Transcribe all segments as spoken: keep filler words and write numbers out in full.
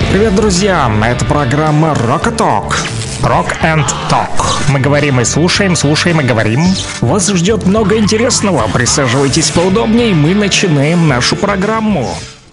Привет, друзья! Это программа Rock Talk. Rock and Talk. Мы говорим и слушаем, слушаем и говорим. Вас ждет много интересного. Присаживайтесь поудобнее, мы начинаем нашу программу.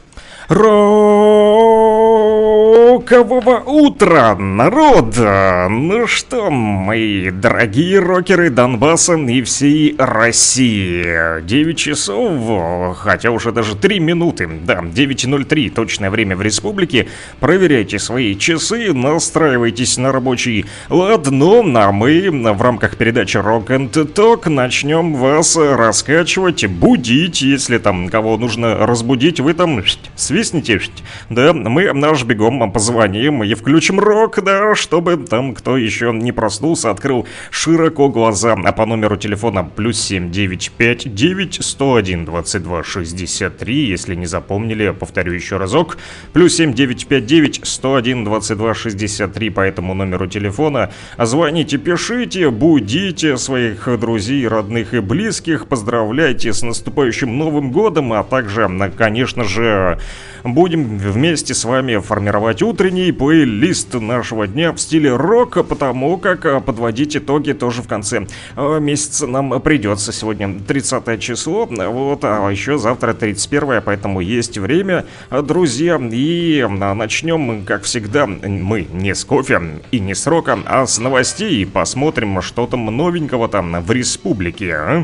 Рокового утра, народ! Ну что, мои дорогие рокеры Донбасса и всей России. девять часов, хотя уже даже три минуты. Да, девять ноль три, точное время в республике. Проверяйте свои часы, настраивайтесь на рабочий лад. Ну, а мы в рамках передачи Rock and Talk начнем вас раскачивать, будить. Если там кого нужно разбудить, вы там свистните. Да, мы наш бегом позвоним и включим рок, да, чтобы там кто еще не проснулся, открыл широко глаза. А по номеру телефона плюс семь девять пять девять сто один двадцать два шестьдесят три, если не запомнили, повторю еще разок, плюс семь девять пять девять сто один двадцать два шестьдесят три по этому номеру телефона. Звоните, пишите, будите своих друзей, родных и близких, поздравляйте с наступающим Новым годом, а также, конечно же, будем вместе с вами формировать утренний плейлист нашего дня в стиле рока, потому как подводить итоги тоже в конце месяца нам придется. Сегодня тридцатое число, вот, а еще завтра тридцать первое, поэтому есть время, друзья. И начнем, как всегда, мы не с кофе и не с рока, а с новостей. Посмотрим, что там новенького там в республике, а?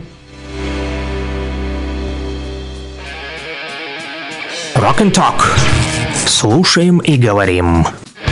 Rock and Talk. Слушаем и говорим.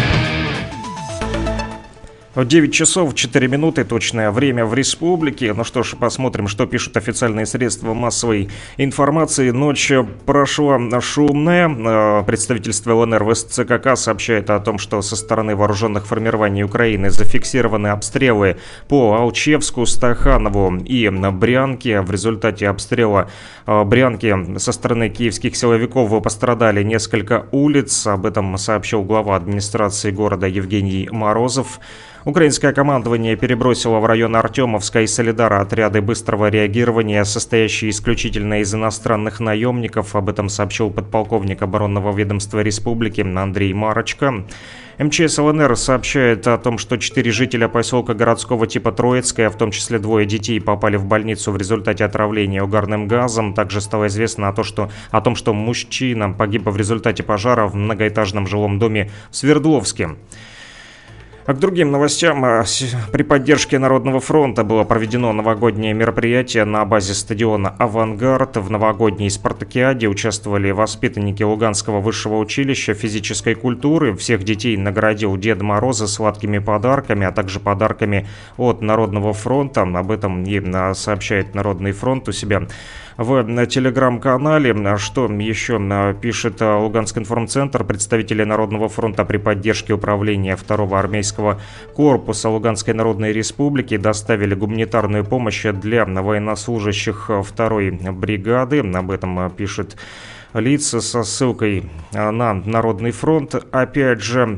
девять часов четыре минуты, точное время в республике. Ну что ж, посмотрим, что пишут официальные средства массовой информации. Ночь прошла шумная. Представительство ЛНР в СЦКК сообщает о том, что со стороны вооруженных формирований Украины зафиксированы обстрелы по Алчевску, Стаханову и Брянке. В результате обстрела Брянки со стороны киевских силовиков пострадали несколько улиц. Об этом сообщил глава администрации города Евгений Морозов. Украинское командование перебросило в район Артемовска и Солидара отряды быстрого реагирования, состоящие исключительно из иностранных наемников. Об этом сообщил подполковник оборонного ведомства республики Андрей Марочка. МЧС ЛНР сообщает о том, что четыре жителя поселка городского типа Троицкое, в том числе двое детей, попали в больницу в результате отравления угарным газом. Также стало известно о том, что, о том, что мужчина погиб в результате пожара в многоэтажном жилом доме в Свердловске. А к другим новостям. При поддержке Народного фронта было проведено новогоднее мероприятие на базе стадиона «Авангард». В новогодней спартакиаде участвовали воспитанники Луганского высшего училища физической культуры. Всех детей наградил Дед Мороз сладкими подарками, а также подарками от Народного фронта. Об этом и сообщает Народный фронт у себя в телеграм-канале. Что еще пишет Луганский информцентр? Представители Народного фронта при поддержке управления второго армейского корпуса Луганской Народной Республики доставили гуманитарную помощь для военнослужащих второй бригады. Об этом пишет лица со ссылкой на Народный фронт. Опять же,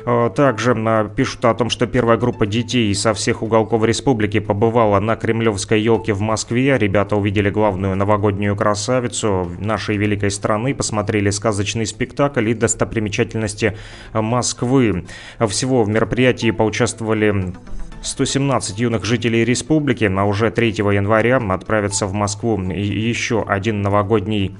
также пишут о том, что первая группа детей со всех уголков республики побывала на Кремлевской елке в Москве. Ребята увидели главную новогоднюю красавицу нашей великой страны, посмотрели сказочный спектакль и достопримечательности Москвы. Всего в мероприятии поучаствовали сто семнадцать юных жителей республики, а уже третьего января отправятся в Москву еще один новогодний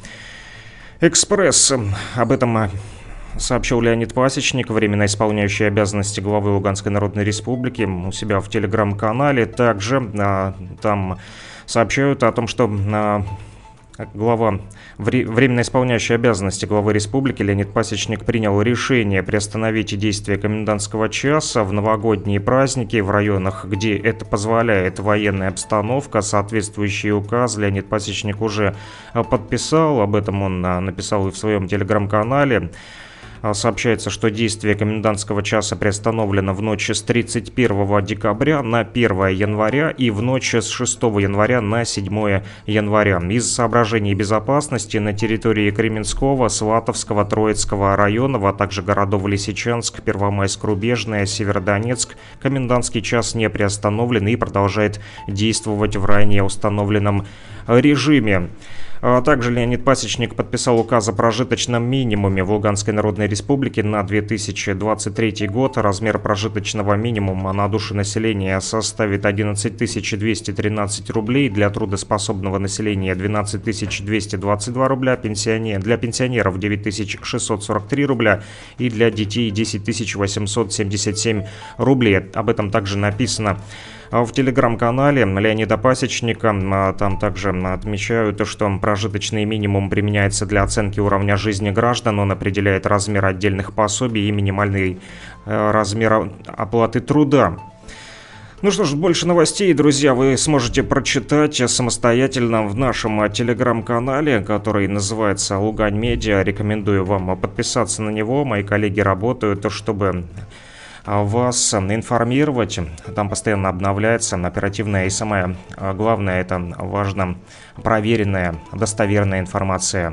экспресс. Об этом сообщил Леонид Пасечник, временно исполняющий обязанности главы Луганской Народной Республики, у себя в телеграм-канале. Также а, там сообщают о том, что а, глава, временно исполняющий обязанности главы республики Леонид Пасечник принял решение приостановить действие комендантского часа в новогодние праздники в районах, где это позволяет военная обстановка. Соответствующий указ Леонид Пасечник уже подписал, об этом он написал и в своем телеграм-канале. Сообщается, что действие комендантского часа приостановлено в ночь с тридцать первого декабря на первое января и в ночь с шестого января на седьмое января. Из соображений безопасности на территории Кременского, Сватовского, Троицкого районов, а также городов Лисичанск, Первомайск, Рубежное, Северодонецк комендантский час не приостановлен и продолжает действовать в ранее установленном режиме. Также Леонид Пасечник подписал указ о прожиточном минимуме в Луганской Народной республики на две тысячи двадцать третий год. Размер прожиточного минимума на душу населения составит одиннадцать тысяч двести тринадцать рублей, для трудоспособного населения двенадцать тысяч двести двадцать два рубля, пенсионер, для пенсионеров девять тысяч шестьсот сорок три рубля и для детей десять тысяч восемьсот семьдесят семь рублей. Об этом также написано в телеграм-канале Леонида Пасечника. Там также отмечают, что прожиточный минимум применяется для оценки уровня жизни граждан. Он определяет размер отдельных пособий и минимальный размер оплаты труда. Ну что ж, больше новостей, друзья, вы сможете прочитать самостоятельно в нашем телеграм-канале, который называется Лугань Медиа. Рекомендую вам подписаться на него. Мои коллеги работают, чтобы вас информировать. Там постоянно обновляется оперативная и самое главное, это важно, проверенная, достоверная информация.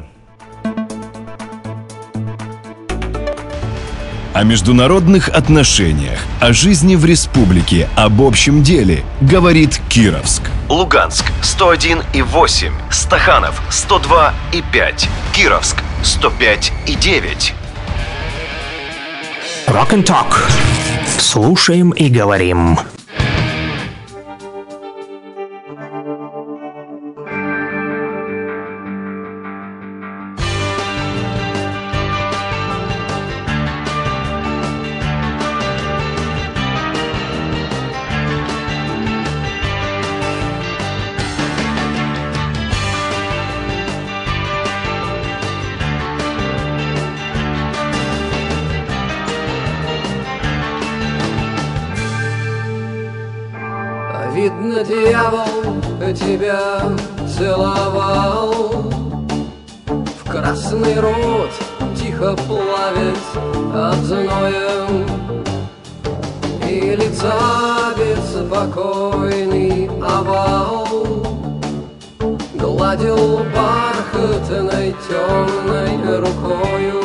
О международных отношениях, о жизни в республике, об общем деле говорит Кировск. Луганск сто один и восемь, Стаханов сто два и пять, Кировск сто пять и девять. Rock and Talk. Слушаем и говорим. Видно, дьявол тебя целовал, в красный рот тихо плавясь от зноя, и лица беспокойный овал гладил бархатной темной рукою.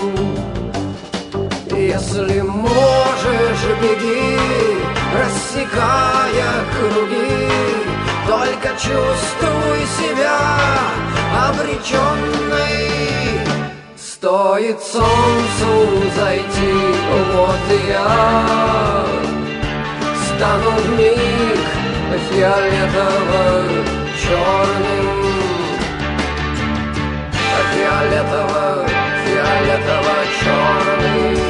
Если можешь, беги, рассекая круги, только чувствуй себя обреченной. Стоит солнцу зайти, вот я стану вмиг фиолетово-черным, фиолетово, фиолетово-черный,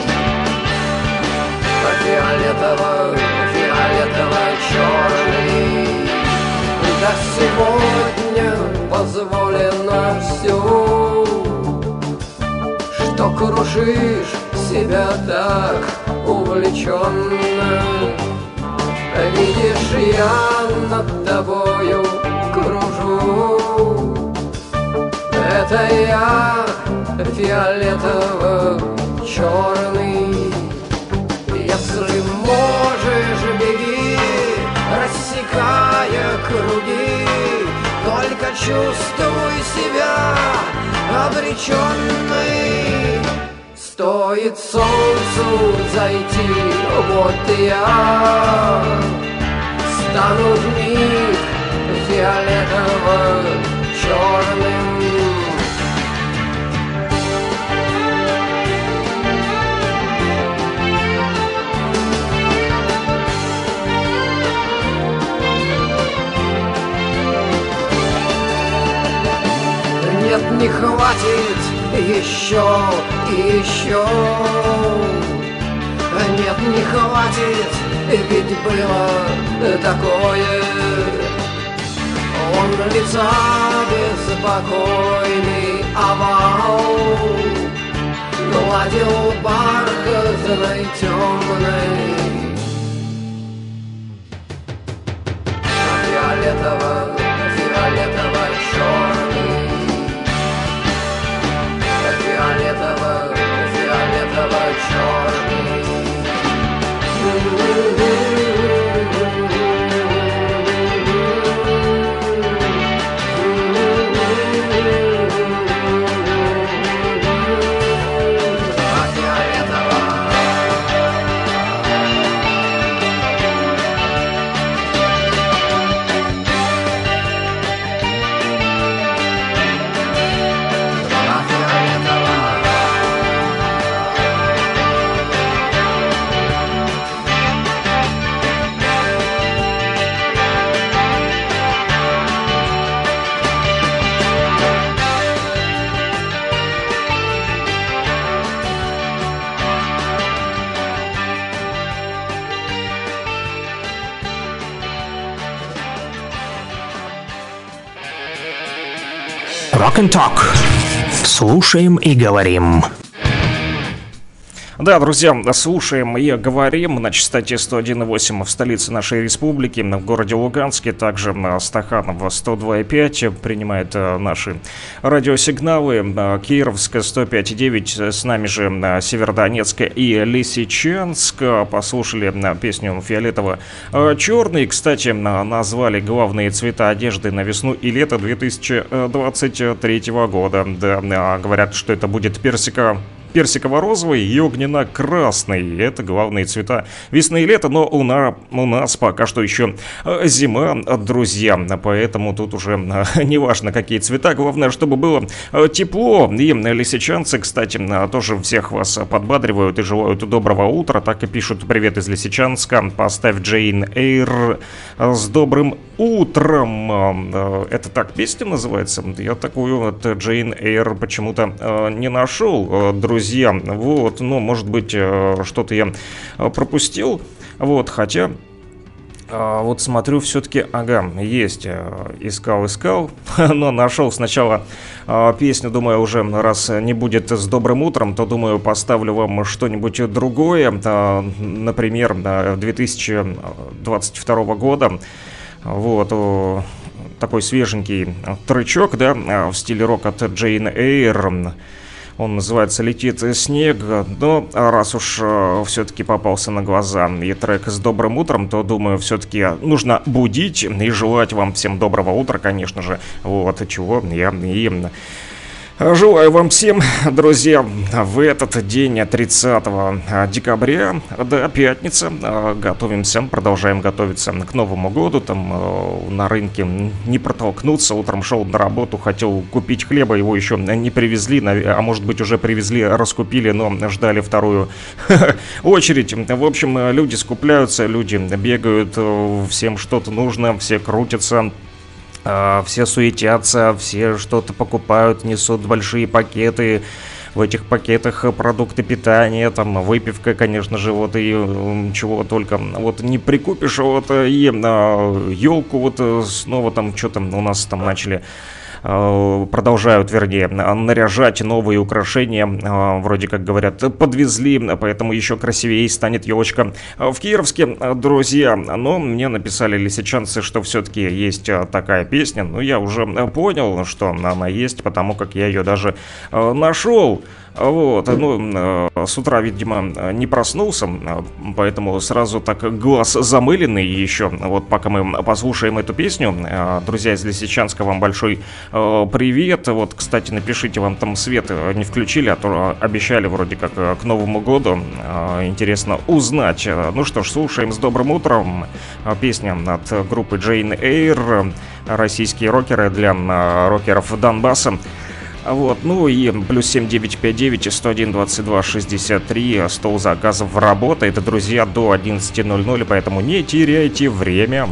фиолетово, фиолетово-черный. Да сегодня позволено все, что кружишь себя так увлеченно. Видишь, я над тобою кружу, это я фиолетово-черный. Если можешь, беги, рассекая круги, только чувствуй себя обреченной. Стоит солнцу зайти, вот я стану вмиг фиолетово-черным. Нет, не хватит еще и еще. Нет, не хватит, ведь было такое. Он лица беспокойный овал гладил бархатной темной. Фиолетово, фиолетово-черный, фиолетово, фиолетово-черный. Rock and Talk. Слушаем и говорим. Да, друзья, слушаем и говорим на частоте сто один и восемь в столице нашей республики, в городе Луганске, также Стаханов сто два и пять принимает наши радиосигналы, Кировск сто пять и девять, с нами же Северодонецк и Лисичанск. Послушали песню «Фиолетово-черный». Кстати, назвали главные цвета одежды на весну и лето две тысячи двадцать третьего года. Да, говорят, что это будет персика персиково-розовый и огненно-красный. Это главные цвета весны и лета, но у, на, у нас пока что еще зима, друзья. Поэтому тут уже не важно, какие цвета. Главное, чтобы было тепло. И лисичанцы, кстати, тоже всех вас подбадривают и желают доброго утра. Так и пишут: привет из Лисичанска. Поставь Джейн Эйр с добрым утром. Это так песня называется? Я такую вот Джейн Эйр почему-то не нашел, друзья. Друзья, вот, ну, может быть, что-то я пропустил, вот, хотя, вот смотрю, все-таки, ага, есть, искал, искал, но нашел сначала песню, думаю, уже раз не будет с добрым утром, то, думаю, поставлю вам что-нибудь другое, например, две тысячи двадцать второго года, вот, такой свеженький тречок, да, в стиле рок от Джейн Эйр. Он называется «Летит снег», но раз уж э, все-таки попался на глаза и трек с добрым утром, то, думаю, все-таки нужно будить и желать вам всем доброго утра, конечно же. Вот, чего я и желаю вам всем, друзья, в этот день тридцатого декабря, да, пятница, готовимся, продолжаем готовиться к Новому году, там на рынке не протолкнуться, утром шел на работу, хотел купить хлеба, его еще не привезли, а может быть уже привезли, раскупили, но ждали вторую очередь. В общем, люди скупляются, люди бегают, всем что-то нужно, все крутятся. Все суетятся, все что-то покупают, несут большие пакеты. В этих пакетах продукты питания, там выпивка, конечно же, вот и чего только вот не прикупишь. Вот и елку вот снова там что-то у нас там начали продолжают, вернее, наряжать новые украшения, вроде как говорят, подвезли, поэтому еще красивее станет елочка в Кировске, друзья. Но мне написали лисичанцы, что все-таки есть такая песня, но я уже понял, что она есть, потому как я ее даже нашел. Вот, ну, с утра, видимо, не проснулся, поэтому сразу так глаз замыленный еще. Вот пока мы послушаем эту песню, друзья из Лисичанска, вам большой привет. Вот, кстати, напишите, вам там свет не включили, а то обещали вроде как к Новому году. Интересно узнать. Ну что ж, слушаем с добрым утром. Песня от группы Джейн Эйр, российские рокеры для рокеров Донбасса. Вот, ну и плюс семь девять пять девять сто один двадцать два шестьдесят три, стол заказов работает, друзья, до одиннадцати ноль-ноль, поэтому не теряйте время.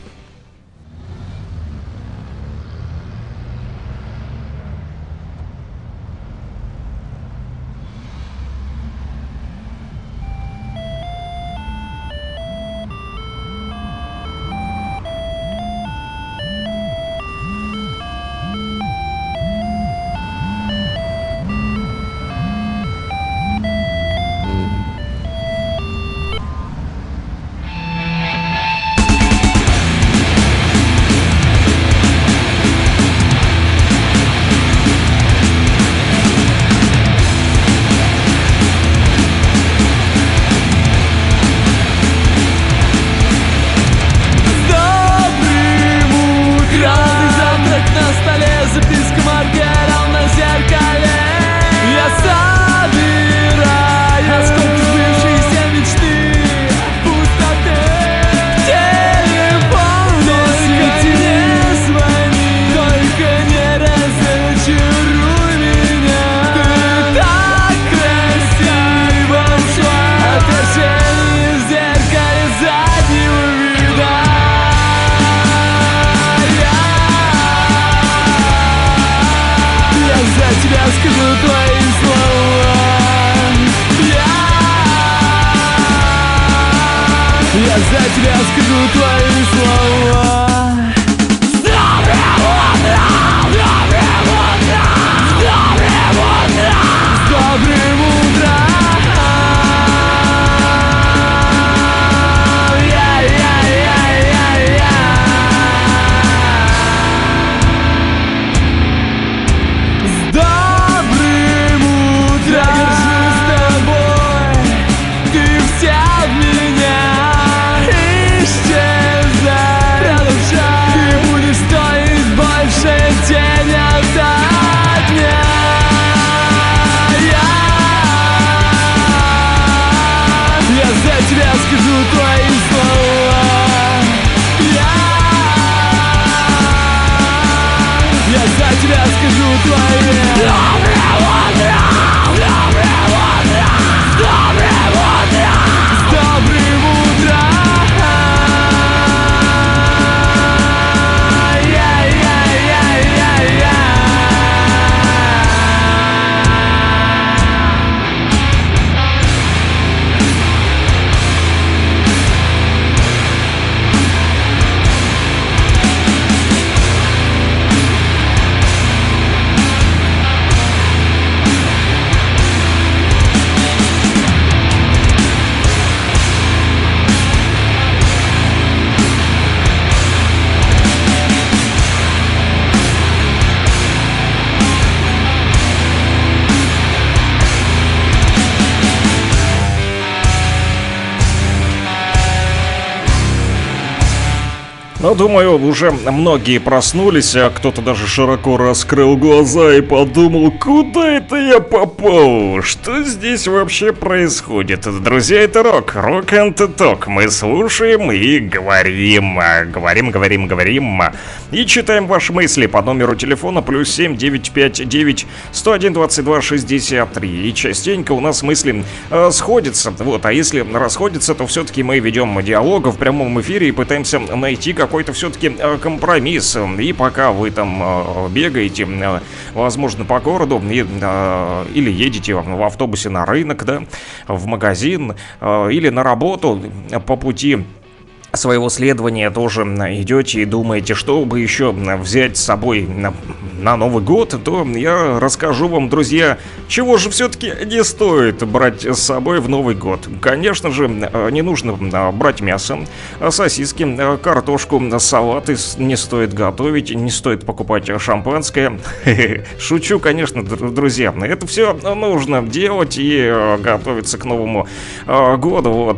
Я за тебя скажу твои слова. Доброе утро, доброе утро. Ну, думаю, уже многие проснулись, а кто-то даже широко раскрыл глаза и подумал, куда это я попал? Что здесь вообще происходит? Друзья, это рок, рок энд ток. Мы слушаем и говорим, говорим, говорим, говорим. И читаем ваши мысли по номеру телефона плюс семь девять пять девять сто один двадцать два шестьдесят три. И частенько у нас мысли э, сходятся. Вот, а если расходятся, то все-таки мы ведем диалог в прямом эфире и пытаемся найти какой-то все-таки э, компромисс. И пока вы там э, бегаете, э, возможно, по городу, и, э, или едете в автобусе на рынок, да, в магазин, э, или на работу, по пути своего следования тоже идете и думаете, что бы еще взять с собой на, на Новый год, то я расскажу вам, друзья, чего же все-таки не стоит брать с собой в Новый год. Конечно же, не нужно брать мясо, сосиски, картошку, салаты не стоит готовить, не стоит покупать шампанское. Шучу, конечно, друзья, это все нужно делать и готовиться к Новому году, вот.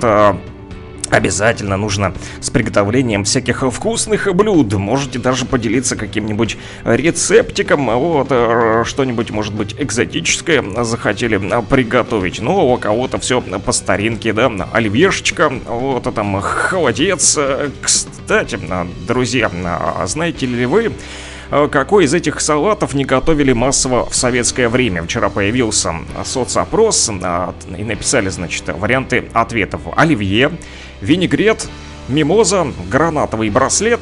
Обязательно нужно с приготовлением всяких вкусных блюд. Можете даже поделиться каким-нибудь рецептиком. Вот, что-нибудь, может быть, экзотическое захотели приготовить. Но у кого-то все по старинке, да. Оливьешечка, вот, там, холодец. Кстати, друзья, знаете ли вы, какой из этих салатов не готовили массово в советское время? Вчера появился соцопрос, и написали, значит, варианты ответов. Оливье, винегрет, мимоза, гранатовый браслет.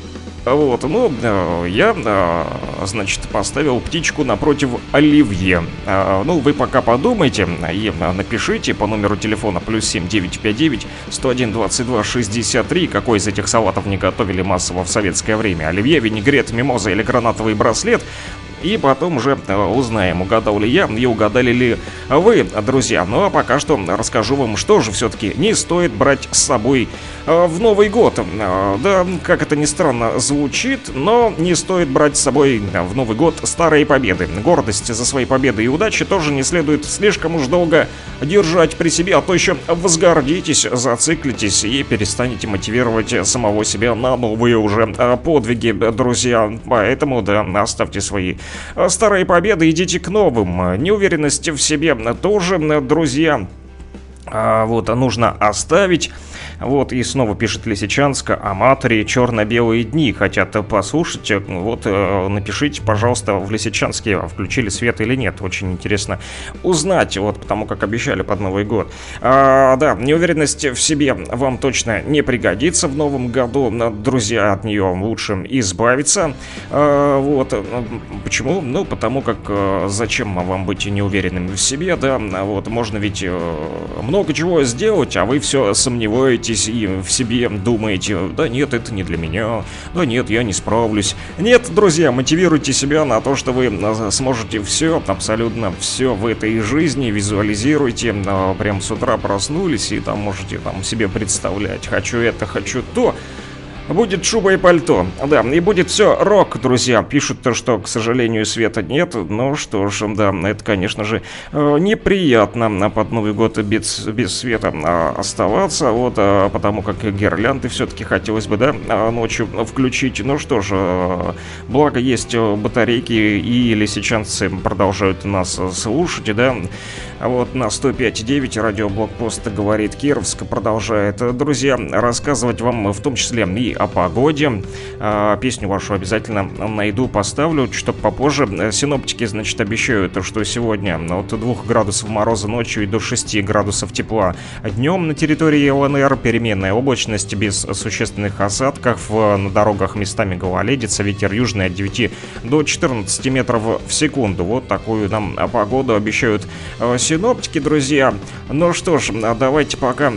Вот, ну, я, значит, поставил птичку напротив оливье. Ну, вы пока подумайте и напишите по номеру телефона плюс семь девять пять девять сто один двадцать два шестьдесят три, какой из этих салатов не готовили массово в советское время. Оливье, винегрет, мимоза или гранатовый браслет. И потом уже узнаем, угадал ли я и угадали ли вы, друзья. Ну а пока что расскажу вам, что же все-таки не стоит брать с собой в Новый год. Да, как это ни странно звучит, но не стоит брать с собой в Новый год старые победы. Гордость за свои победы и удачи тоже не следует слишком уж долго держать при себе, а то еще возгордитесь, зациклитесь и перестанете мотивировать самого себя на новые уже подвиги, друзья. Поэтому, да, оставьте свои старые победы, идите к новым. Неуверенность в себе тоже, друзья, вот, нужно оставить. Вот, и снова пишет Лисичанска, аматоры черно-белые дни хотят послушать. Вот, напишите, пожалуйста, в Лисичанске, включили свет или нет. Очень интересно узнать, вот, потому как обещали под Новый год. А, да, неуверенность в себе вам точно не пригодится в новом году. Друзья, от нее лучше избавиться. А, вот, почему? Ну, потому как зачем вам быть неуверенным в себе, да? Вот, можно ведь много чего сделать, а вы все сомневаетесь и в себе думаете, да нет, это не для меня, да нет, я не справлюсь. Нет, друзья, мотивируйте себя на то, что вы сможете все, абсолютно все в этой жизни, визуализируйте, прям с утра проснулись и там можете там себе представлять, хочу это, хочу то. Будет шуба и пальто. Да, и будет все рок, друзья. Пишут то, что, к сожалению, света нет. Ну что ж, да, это, конечно же, неприятно под Новый год без, без света оставаться. Вот, потому как гирлянды все-таки хотелось бы, да, ночью включить. Ну что ж, благо есть батарейки, и лисичанцы продолжают нас слушать, да. Вот на сто пять и девять радиоблокпост «Говорит Кировск» продолжает, друзья, рассказывать вам в том числе и о погоде. А, песню вашу обязательно найду, поставлю, чтобы попозже. Синоптики, значит, обещают, что сегодня от двух градусов мороза ночью и до шести градусов тепла днем на территории ЛНР. Переменная облачность без существенных осадков. На дорогах местами гололедица. Ветер южный от девяти до четырнадцати метров в секунду. Вот такую нам погоду обещают синоптики, друзья. Ну что ж, давайте пока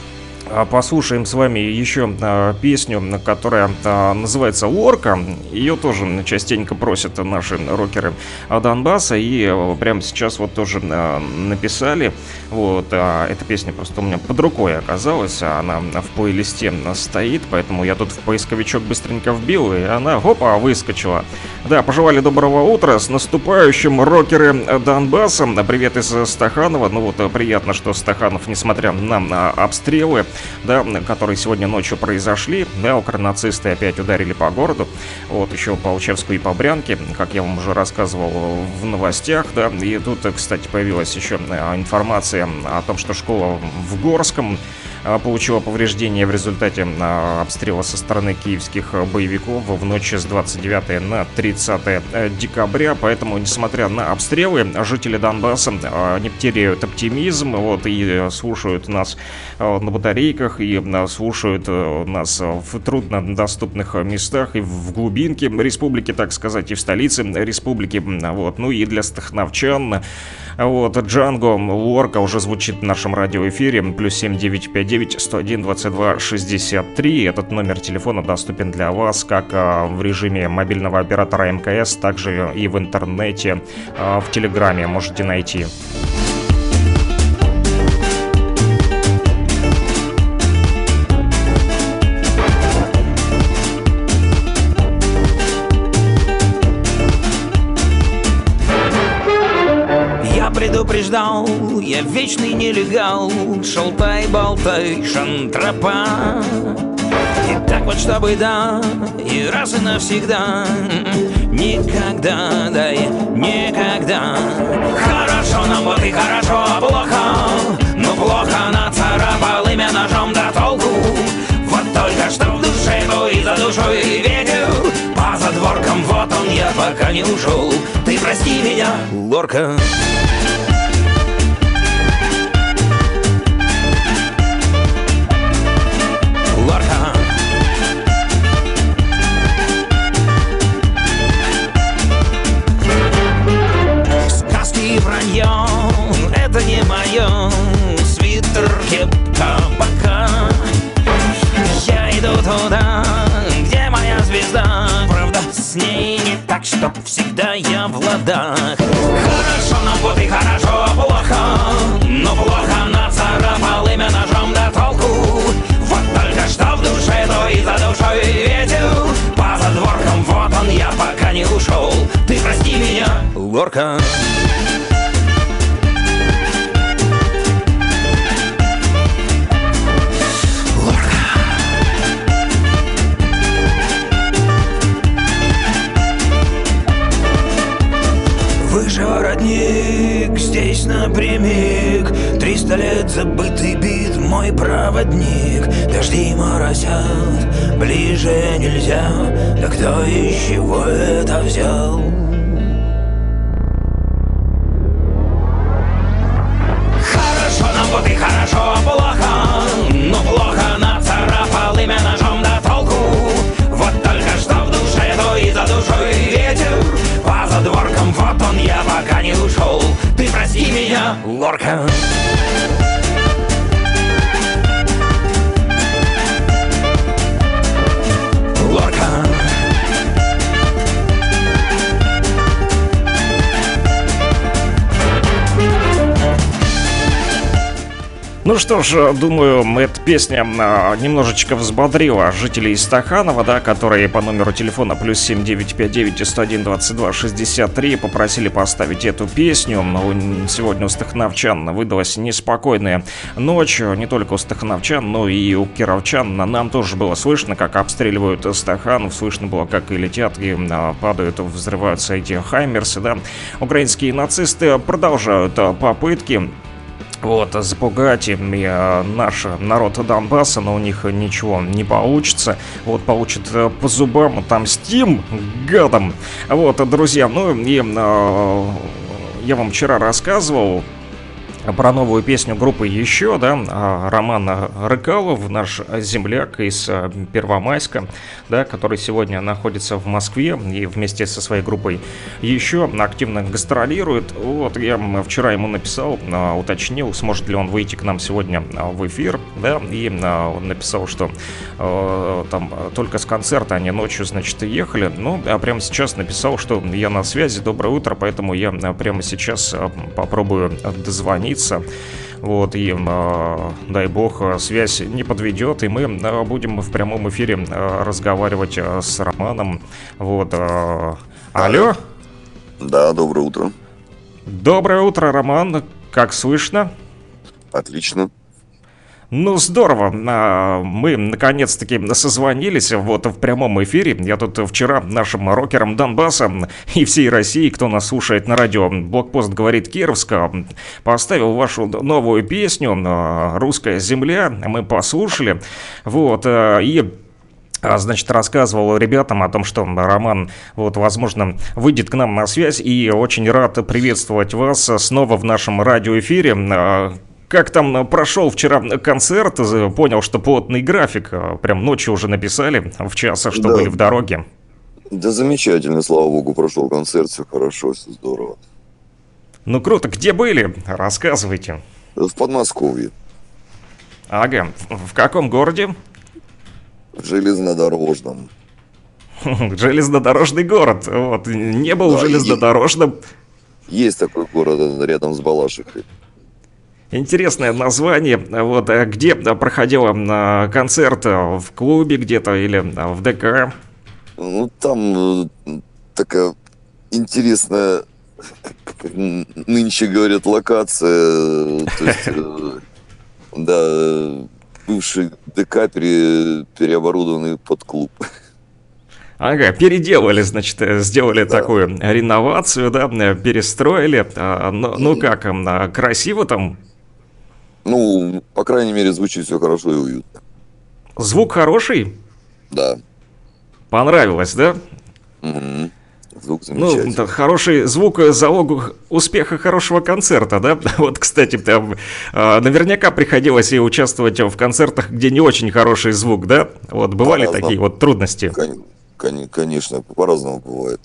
послушаем с вами еще а, песню, которая а, называется «Лорка». Ее тоже частенько просят наши рокеры Донбасса. И а, прямо сейчас вот тоже а, написали. Вот, а, эта песня просто у меня под рукой оказалась. Она в плейлисте стоит, поэтому я тут в поисковичок быстренько вбил, и она, опа, выскочила. Да, пожелали доброго утра, с наступающим, рокеры Донбасса. Привет из Стаханова. Ну вот, приятно, что Стаханов, несмотря на, на обстрелы, да, которые сегодня ночью произошли. Да, укрнацисты опять ударили по городу. Вот, еще по Алчевску и по Брянке, как я вам уже рассказывал в новостях, да. И тут, кстати, появилась еще информация о том, что школа в Горском получила повреждения в результате обстрела со стороны киевских боевиков в ночь с двадцать девятого на тридцатое декабря. Поэтому, несмотря на обстрелы, жители Донбасса не теряют оптимизм, вот, и слушают нас на батарейках, и слушают нас в труднодоступных местах, и в глубинке республики, так сказать, и в столице республики. Вот. Ну и для стахановчан, вот, Джанго Лорка уже звучит в нашем радиоэфире. Плюс семь девять пять девять сто один двадцать два шестьдесят три. Этот номер телефона доступен для вас как а, в режиме мобильного оператора МКС, также и в интернете, а, в Телеграме можете найти. Предупреждал, я вечный нелегал, шалтай-болтай, шантропа. И так вот, чтобы да, и раз и навсегда, никогда, да и никогда. Хорошо нам вот и хорошо, а плохо, но плохо нацарапал имя ножом до толку. Вот только что в душе, то и за душой ветер, по задворкам вот он, я пока не ушел. Ты прости меня, Лорка. Это не мое, свитер, кепка, пока. Я иду туда, где моя звезда. Правда, с ней не так, чтоб всегда я в ладах. Хорошо нам вот и хорошо, а плохо, но плохо нацарапал имя ножом до толку. Вот только что в душе, то и за душой ветер, по задворкам вот он, я пока не ушел. Ты прости меня, Лорка. Выше воротник, здесь напрямик, триста лет забытый бит, мой проводник. Дожди моросят, ближе нельзя, да кто из чего это взял? Хорошо нам вот и хорошо, а плохо, но плохо нацарапал имя ножом до толку. Вот только что в душе, то и за душой ветер, по задворкам вот он, я пока не ушел. Ты прости меня, Лорка. Лорка. Ну что ж, думаю, эта песня а, немножечко взбодрила жителей Стаханова, да, которые по номеру телефона плюс семь девять пять девять сто один двадцать два шестьдесят три попросили поставить эту песню. Сегодня у стахановчан выдалась неспокойная ночь, не только у стахановчан, но и у кировчан. Нам тоже было слышно, как обстреливают Стаханов, слышно было, как и летят, и а, падают, взрываются эти хаймерсы, да. Украинские нацисты продолжают попытки вот, запугать ими наш народ Донбасса, но у них ничего не получится. Вот, получат по зубам, отомстим гадам. Вот, друзья, ну и э, я вам вчера рассказывал про новую песню группы «Еще», да, Роман Рыкалов, наш земляк из Первомайска, да, который сегодня находится в Москве и вместе со своей группой «Еще» активно гастролирует. Вот, я вчера ему написал, уточнил, сможет ли он выйти к нам сегодня в эфир, да, и он написал, что э, там только с концерта они ночью, значит, ехали, ну, а прямо сейчас написал, что я на связи, доброе утро, поэтому я прямо сейчас попробую дозвониться. Вот, и э, дай бог, связь не подведет, и мы э, будем в прямом эфире э, разговаривать э, с Романом. Вот, э, алло? Да, доброе утро. Доброе утро, Роман. Как слышно? Отлично. Ну, здорово. А, Мы наконец-таки созвонились вот в прямом эфире. Я тут вчера нашим рокерам Донбасса и всей России, кто нас слушает на радио «Блокпост говорит Кировска», поставил вашу новую песню «Русская земля». Мы послушали. Вот. И значит, рассказывал ребятам о том, что Роман, вот, возможно, выйдет к нам на связь, и очень рад приветствовать вас снова в нашем радиоэфире. Как там прошел вчера концерт? Понял, что плотный график. Прям ночью уже написали в час, что Да. были в дороге. Да замечательно, слава богу, прошел концерт, все хорошо, все здорово. Ну круто. Где были? Рассказывайте. В Подмосковье, Ага. В в каком городе? в железнодорожном. Железнодорожный город. Вот. Не был Да, железнодорожным. Есть такой город рядом с Балашихой. Интересное название. Вот. А где проходил а, концерт? В клубе где-то или а, в ДК? Ну, там э, такая интересная, как нынче говорят, локация. То есть, э, да, бывший ДК пере- переоборудованный под клуб. Ага, переделали, значит, э, сделали Да. такую реновацию, да, э, перестроили. А, ну, ну как, а, красиво там? Ну, по крайней мере, звучит все хорошо и уютно. Звук хороший? Да. Понравилось, да? Мгм. Звук Ну, замечательный. да, хороший звук — залог успеха хорошего концерта, да? Вот, кстати, там, а, наверняка приходилось и участвовать в концертах, где не очень хороший звук, да? Вот, бывали По-разному. такие вот трудности? Кон- кон- Конечно, по-разному бывает.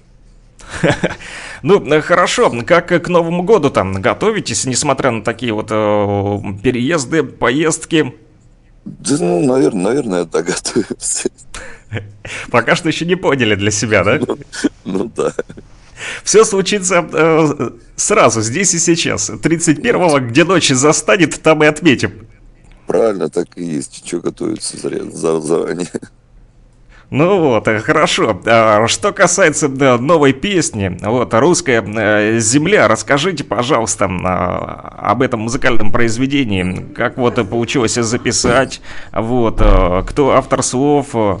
Ну, э, хорошо, как к Новому году там готовитесь, несмотря на такие вот э, переезды, поездки? Да, ну, наверное, наверное, да, готовимся. Пока что еще не поняли для себя, да? Ну да. Все случится э, сразу, здесь и сейчас. тридцать первого, где ночь застанет, там и отметим. Правильно, так и есть. Что готовиться зря, за- заранее. Ну вот, э, хорошо. А что касается да, новой песни, вот, «Русская э, земля», расскажите, пожалуйста, а, об этом музыкальном произведении. Как вот э, получилось записать, вот, э, кто автор слов? э,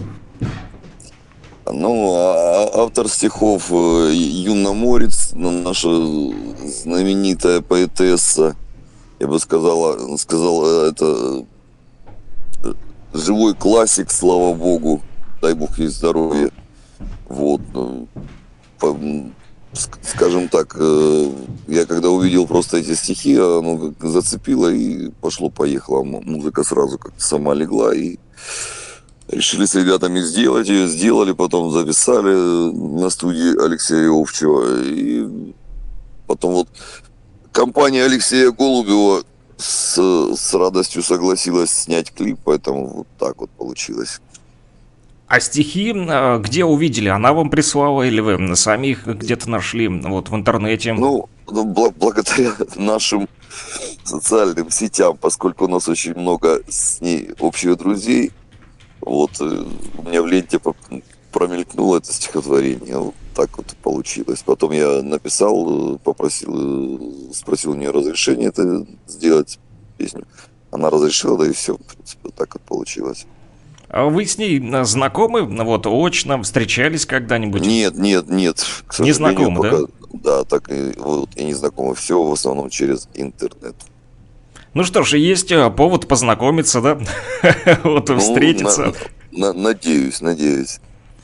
Ну, а- а- автор стихов э, Юна Морец, ну, наша знаменитая поэтесса, я бы сказала, сказал, э, это э, живой классик, слава богу, дай бог ей здоровья. Вот. ну, по- м, ск- Скажем так, э, я когда увидел просто эти стихи, оно как зацепило и пошло-поехало. М- Музыка сразу как-то сама легла, и решили с ребятами сделать ее, сделали, потом записали на студии Алексея Овчева. И потом вот компания Алексея Голубева с, с радостью согласилась снять клип, поэтому вот так вот получилось. А стихи э, где увидели? Она вам прислала или вы сами их где-то нашли вот в интернете? Ну, ну, бла- благодаря нашим социальным сетям, поскольку у нас очень много с ней общих друзей, вот э, у меня в ленте по- промелькнуло это стихотворение. Вот так вот получилось. Потом я написал, э, попросил, э, спросил у нее разрешение это сделать песню. Она разрешила, да и все, в принципе, вот так вот получилось. А вы с ней э, знакомы? Вот, очно встречались когда-нибудь? Нет, нет, нет. К Не сожалению, знакомы, да? пока- Да, так и, вот, и не знакомы. Все в основном через интернет. Ну что ж, есть э, повод познакомиться, да? Вот, Ну, встретиться. на- на- надеюсь, надеюсь.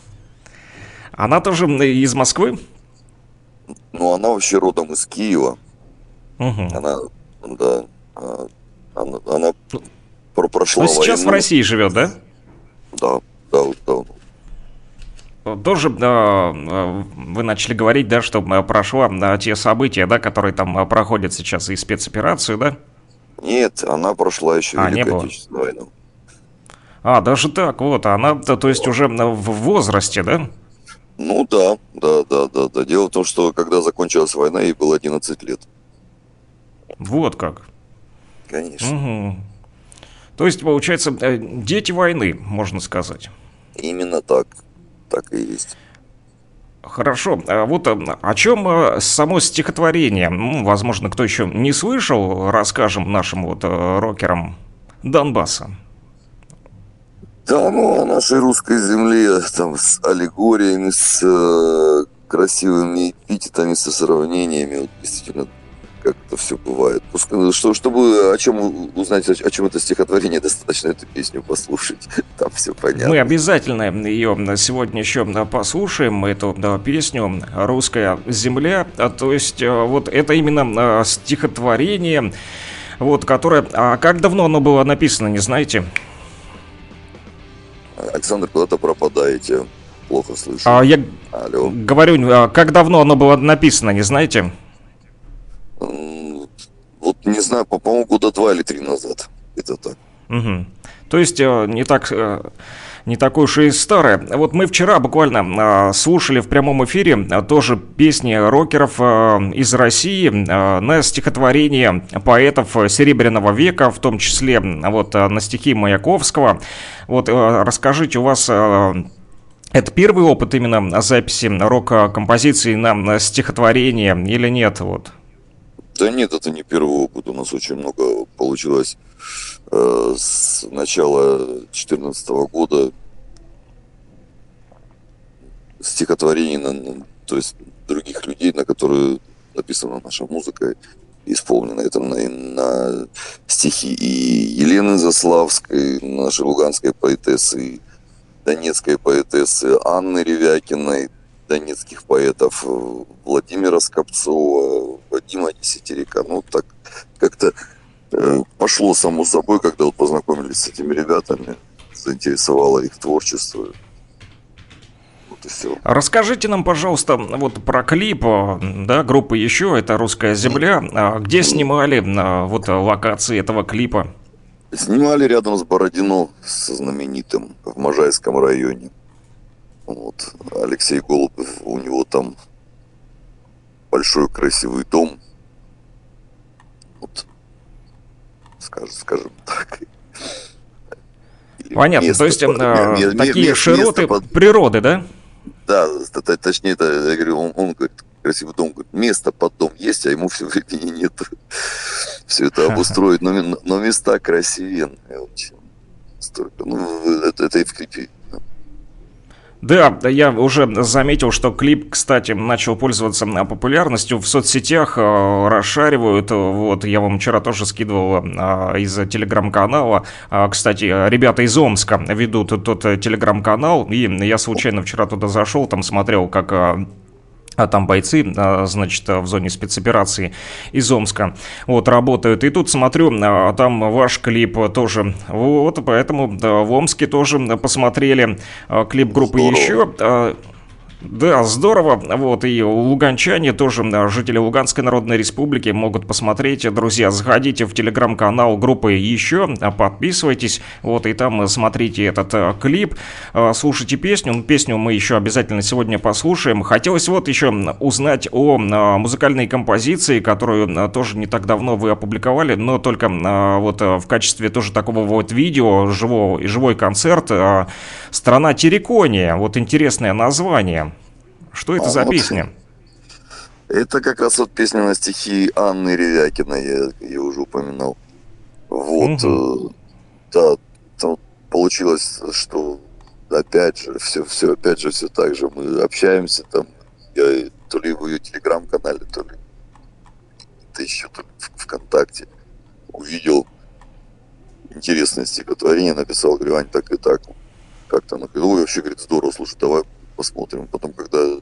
Она тоже м, из Москвы? Ну, она вообще родом из Киева. Мгм. Она, да, а, она, она про- прошла Ну, сейчас в войну. России живет, да? Да, да, да. Тоже э, э, вы начали говорить, да, что э, прошла э, те события, да, которые там э, проходят сейчас, и спецоперацию, да? Нет, она прошла еще А, не Великую было. Отечественную войну. А, даже так, вот, она, то, то есть уже э, в возрасте, да? Ну да, да, да, да, да. Дело в том, что когда закончилась война, ей было одиннадцать лет. Вот как. Конечно. Мгм. То есть, получается, э, дети войны, можно сказать. Именно так. Так и есть. Хорошо, а вот э, о чем э, само стихотворение? Ну, возможно, кто еще не слышал, расскажем нашим вот э, рокерам Донбасса. Да, ну, о нашей русской земле, там, с аллегориями, с э, красивыми эпитетами, со сравнениями, вот, действительно, как это все бывает. Пускай, что, чтобы о чем узнать, о чем это стихотворение, достаточно эту песню послушать, там все понятно. Мы обязательно ее сегодня еще послушаем, эту да, песню «Русская земля», то есть вот это именно стихотворение, вот, которое... А как давно оно было написано, не знаете? Александр, куда-то пропадаете. Плохо слышу. А я Алло. говорю, как давно оно было написано, не знаете? Вот не знаю, по- по-моему, года два или три назад. Это так. Угу. То есть не так, не такое уж и старое. Вот мы вчера буквально слушали в прямом эфире тоже песни рокеров из России на стихотворение поэтов Серебряного века, в том числе вот на стихи Маяковского. Вот расскажите, у вас это первый опыт именно записи рок-композиции на стихотворение или нет? Вот. Да нет, это не первый опыт. У нас очень много получилось э, с начала две тысячи четырнадцатого года стихотворений, на, на- то есть других людей, на которые написана наша музыка, исполнена. Это на, на стихи и Елены Заславской, нашей луганской поэтессы, донецкой поэтессы Анны Ревякиной, донецких поэтов э, Владимира Скопцова, Вадима Десятерика. Ну, так как-то э, пошло само собой, когда вот познакомились с этими ребятами, заинтересовало их творчество. Вот и все. Расскажите нам, пожалуйста, вот про клип, да, группы «Еще», это «Русская земля», а где снимали а, вот локации этого клипа? Снимали рядом с Бородино, со знаменитым, в Можайском районе. Вот. Алексей Голубев, у него там большой красивый дом. Вот. Скажем, скажем так. Или Понятно, место то есть под- а, ме- ме- такие ме- широты место под- природы, да? Да, т- т- точнее, это, я говорю, он, он говорит, красивый дом, говорит, место под дом есть, а ему все времени нет все это обустроить, но, ме- но места красивенные очень. Столько. Ну, это, это и в клипе. Да, я уже заметил, что клип, кстати, начал пользоваться популярностью в соцсетях, э, расшаривают. Вот, я вам вчера тоже скидывал э, из телеграм-канала. А, Кстати, ребята из Омска ведут тот телеграм-канал, и я случайно вчера туда зашел, там смотрел, как... э, А там бойцы, а, значит, в зоне спецоперации из Омска вот работают. И тут смотрю, а, там ваш клип тоже. Вот, поэтому да, в Омске тоже посмотрели а, клип группы Здорово. «Еще». А, Да, здорово. Вот, и луганчане тоже, а, жители Луганской Народной Республики могут посмотреть. Друзья, заходите в телеграм-канал группы «Еще», а, подписывайтесь, вот, и там а, смотрите этот а, клип, а, слушайте песню. Ну, песню мы еще обязательно сегодня послушаем. Хотелось вот еще узнать о а, музыкальной композиции, которую а, тоже не так давно вы опубликовали, но только а, вот а, в качестве тоже такого вот видео, живого, живой концерт а, «Страна Терекония». Вот интересное название. Что это А, за вот. песня? Это как раз вот песня на стихи Анны Ревякиной, я ее уже упоминал. Вот, Мгм. э, да, там получилось, что опять же, все, все, опять же, все так же. Мы общаемся там, я то ли в ее телеграм-канале, то ли это еще то ли в ВКонтакте увидел интересное стихотворение, написал, говорю, Ань, так и так. Как-то она говорит, ой, вообще, говорит, здорово, слушай, давай посмотрим. Потом, когда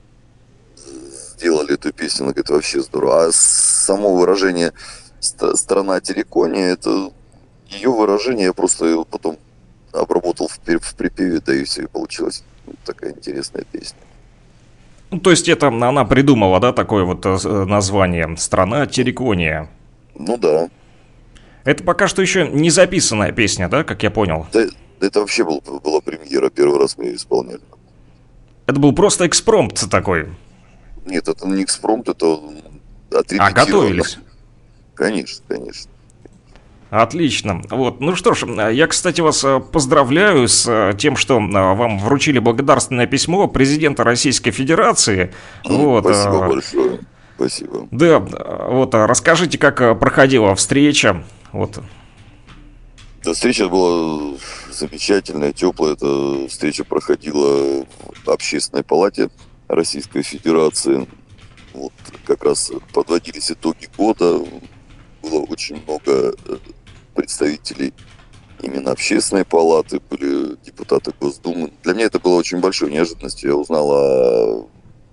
сделали эту песню, она говорит, вообще здорово. А само выражение ст- «Страна Терекония», это ее выражение, я просто его потом обработал в, пер- в припеве, да и все, и получилась вот такая интересная песня. Ну, то есть это она придумала, да, такое вот э, название «Страна Терекония». Ну да. Это пока что еще не записанная песня, да, как я понял? Да, это вообще был, была премьера, первый раз мы ее исполняли. Это был просто экспромт такой. Нет, это не экспромт, это А отрепетировано. готовились? Конечно, конечно. Отлично. Вот. Ну что ж, я, кстати, вас э, поздравляю с э, тем, что э, вам вручили благодарственное письмо президента Российской Федерации. Вот, Спасибо э, большое. Спасибо. Да, э, вот, э, расскажите, как э, проходила встреча. Вот. Эта встреча была замечательная, теплая. Эта встреча проходила в Общественной палате Российской Федерации. Вот как раз подводились итоги года. Было очень много представителей именно Общественной палаты, были депутаты Госдумы. Для меня это было очень большой неожиданностью. Я узнал о,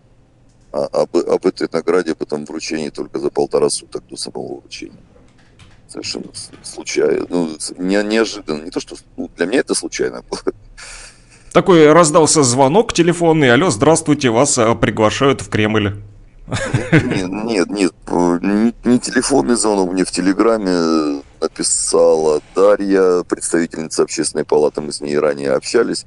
о, об, об этой награде, об этом вручении только за полтора суток до самого вручения. Совершенно случайно. Ну, не, неожиданно. Не то, что ну, для меня это случайно было. Такой раздался звонок телефонный. Алло, здравствуйте, вас приглашают в Кремль. Нет, нет, нет, не, не телефонный звонок, мне в Телеграме написала Дарья, представительница Общественной палаты, мы с ней ранее общались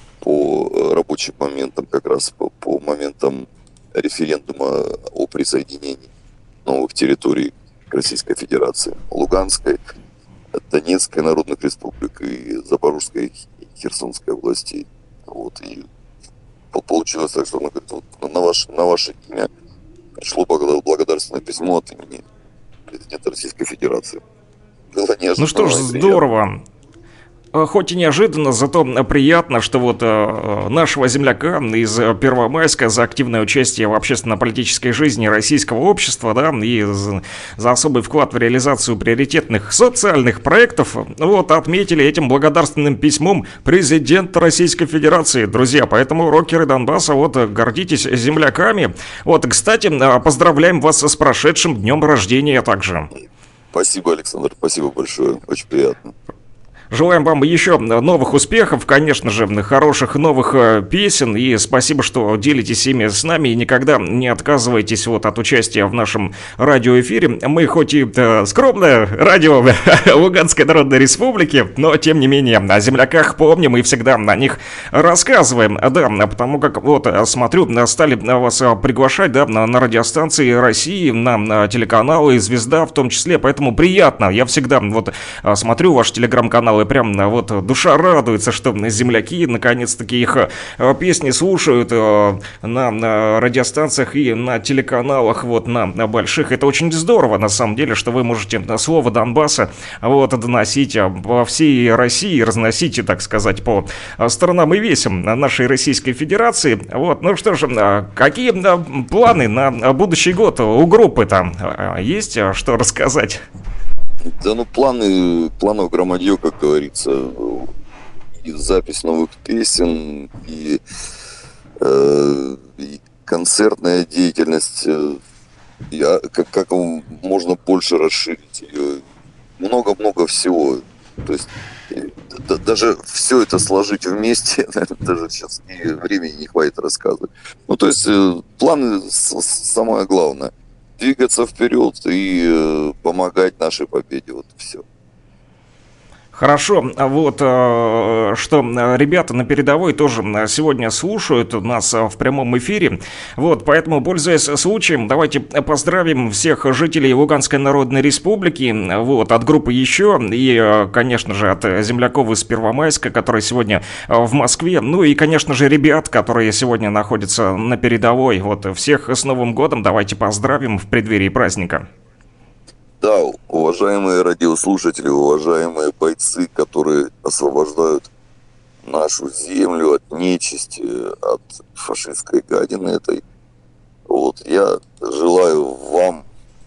по рабочим моментам, как раз по, по моментам референдума о присоединении новых территорий к Российской Федерации, Луганской, Донецкой народных республик и Запорожской и Херсонской областей. Вот, и получилось так, что она говорит, вот, на, ваше, на ваше имя пришло благодарственное письмо от имени президента Российской Федерации. Ну что ж, здорово. Хоть и неожиданно, зато приятно, что вот э, нашего земляка из Первомайска за активное участие в общественно-политической жизни российского общества, да, и за, за особый вклад в реализацию приоритетных социальных проектов, вот, отметили этим благодарственным письмом президента Российской Федерации. Друзья, поэтому рокеры Донбасса, вот, гордитесь земляками. Вот, кстати, поздравляем вас с прошедшим днем рождения также. Спасибо, Александр, спасибо большое, очень приятно. Желаем вам еще новых успехов, конечно же, хороших новых песен, и спасибо, что делитесь ими с нами и никогда не отказываетесь вот от участия в нашем радиоэфире. Мы хоть и скромное радио Луганской Народной Республики, но тем не менее о земляках помним и всегда о них рассказываем, да, потому как вот смотрю, стали вас приглашать, да, на радиостанции России, на телеканалы «Звезда» в том числе, поэтому приятно. Я всегда вот смотрю ваш телеграм-канал, и прям вот душа радуется, что земляки наконец-таки их песни слушают на, на радиостанциях и на телеканалах, вот на, на больших. Это очень здорово, на самом деле, что вы можете слово Донбасса вот доносить во всей России, разносить, так сказать, по сторонам и весям нашей Российской Федерации. Вот, ну что же, какие планы на будущий год у группы там есть, что рассказать? Да, ну планы, планов громадье, как говорится, и запись новых песен, и, э, и концертная деятельность, и, как, как можно больше расширить ее, много-много всего, то есть да, даже все это сложить вместе, даже сейчас и времени не хватит рассказывать. Ну, то есть планы самое главное. Двигаться вперед и э, помогать нашей победе. Вот все. Хорошо, вот что ребята на передовой тоже сегодня слушают нас в прямом эфире, вот, поэтому, пользуясь случаем, давайте поздравим всех жителей Луганской Народной Республики, вот, от группы «Еще» и, конечно же, от земляков из Первомайска, которые сегодня в Москве, ну и, конечно же, ребят, которые сегодня находятся на передовой, вот, всех с Новым годом давайте поздравим в преддверии праздника. Да, уважаемые радиослушатели, уважаемые бойцы, которые освобождают нашу землю от нечисти, от фашистской гадины этой. Вот, я желаю вам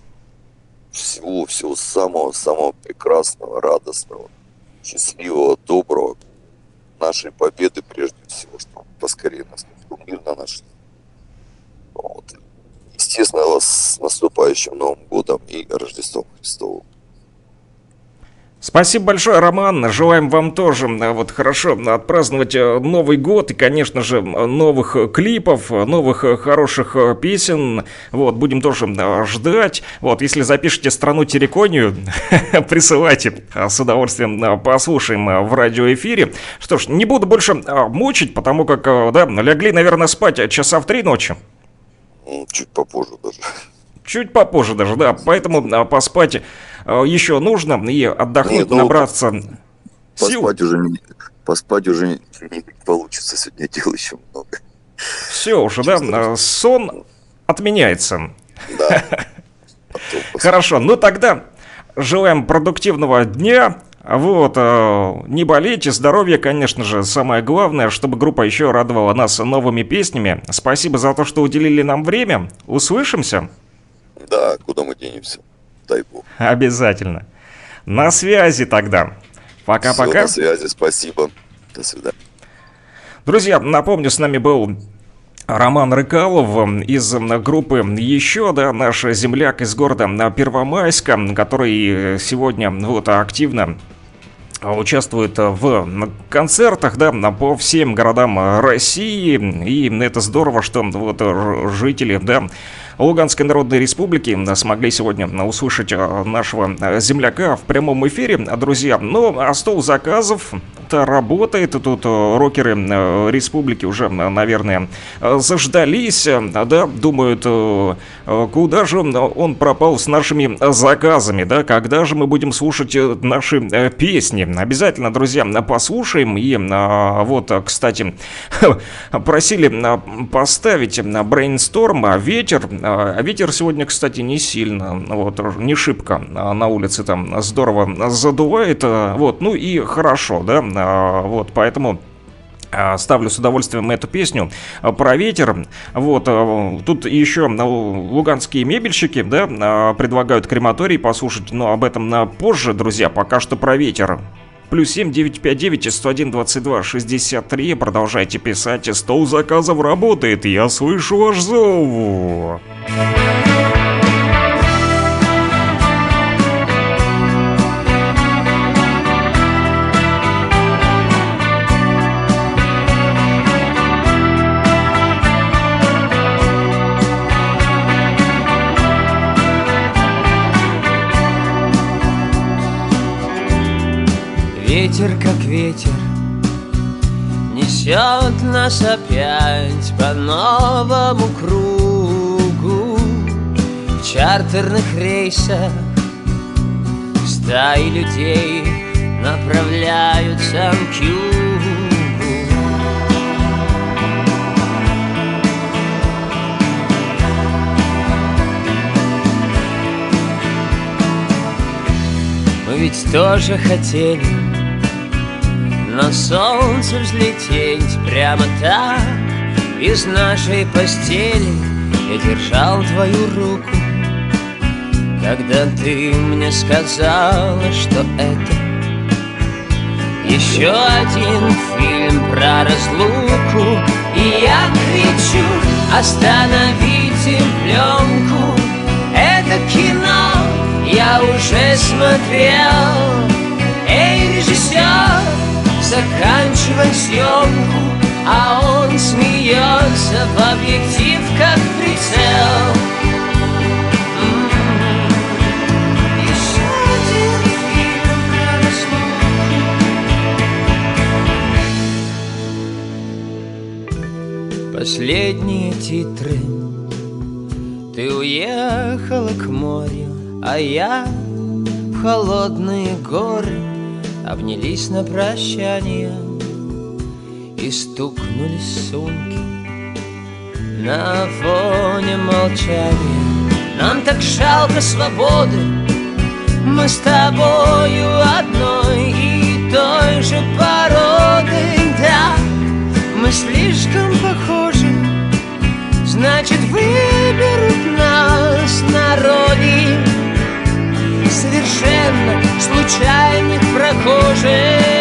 всего-всего самого-самого прекрасного, радостного, счастливого, доброго, нашей победы прежде всего, чтобы поскорее наступил мир на нашей. Вот. Естественно, вас с наступающим Новым годом и Рождеством Христовым. Спасибо большое, Роман. Желаем вам тоже вот хорошо отпраздновать Новый год и, конечно же, новых клипов, новых хороших песен. Вот, будем тоже ждать. Вот, если запишите «Страну Тереконию», присылайте, с удовольствием послушаем в радиоэфире. Что ж, не буду больше мучить, потому как, да, легли, наверное, спать часа в три ночи. Чуть попозже даже. Чуть попозже даже, да. Поэтому поспать еще нужно и отдохнуть, Нет, ну, набраться сил. Поспать уже не, поспать уже не, не получится. Сегодня дел еще много. Все уже, да. Сон отменяется. Да. Хорошо, ну тогда желаем продуктивного дня. Вот, не болейте, здоровье, конечно же, самое главное, чтобы группа еще радовала нас новыми песнями. Спасибо за то, что уделили нам время. Услышимся? Да, куда мы денемся? Дай бог. Обязательно. На связи тогда. Пока-пока. Все, на связи, спасибо. До свидания. Друзья, напомню, с нами был Роман Рыкалов из группы «Еще», да, наш земляк из города Первомайска, который сегодня вот активно участвует в концертах, да, по всем городам России, и это здорово, что вот жители, да, Луганской Народной Республики смогли сегодня услышать нашего земляка в прямом эфире, друзья. Ну, а стол заказов -то работает, тут рокеры республики уже, наверное, заждались, да, думают, куда же он пропал с нашими заказами, да, когда же мы будем слушать наши песни. Обязательно, друзья, послушаем. И вот, кстати, просили поставить Brainstorm «Ветер». А ветер сегодня, кстати, не сильно, вот, не шибко на улице там здорово задувает, вот, ну и хорошо, да, вот, поэтому ставлю с удовольствием эту песню про ветер. Вот, тут еще луганские мебельщики, да, предлагают крематорий послушать, но об этом позже, друзья, пока что про ветер. Плюс семь девятьсот пятьдесят девять сто один двадцать два шестьдесят три. Продолжайте писать. Стол заказов работает. Я слышу ваш зов. Ветер, как ветер, несет нас опять по новому кругу. В чартерных рейсах стаи людей направляются к югу. Мы ведь тоже хотели на солнце взлететь прямо так из нашей постели. Я держал твою руку, когда ты мне сказала, что это еще один фильм про разлуку. И я кричу: остановите пленку, это кино я уже смотрел. Эй, режиссер, заканчивай съемку. А он смеется в объектив, как прицел. М-м-м. Еще один фильм про разлуку. Последние титры. Ты уехала к морю, а я в холодные горы. Обнялись на прощание и стукнулись сумки на фоне молчания. Нам так жалко свободы, мы с тобою одной и той же породы. Да, мы слишком похожи, значит, выберут нас народе. Совершенно случайных прохожих.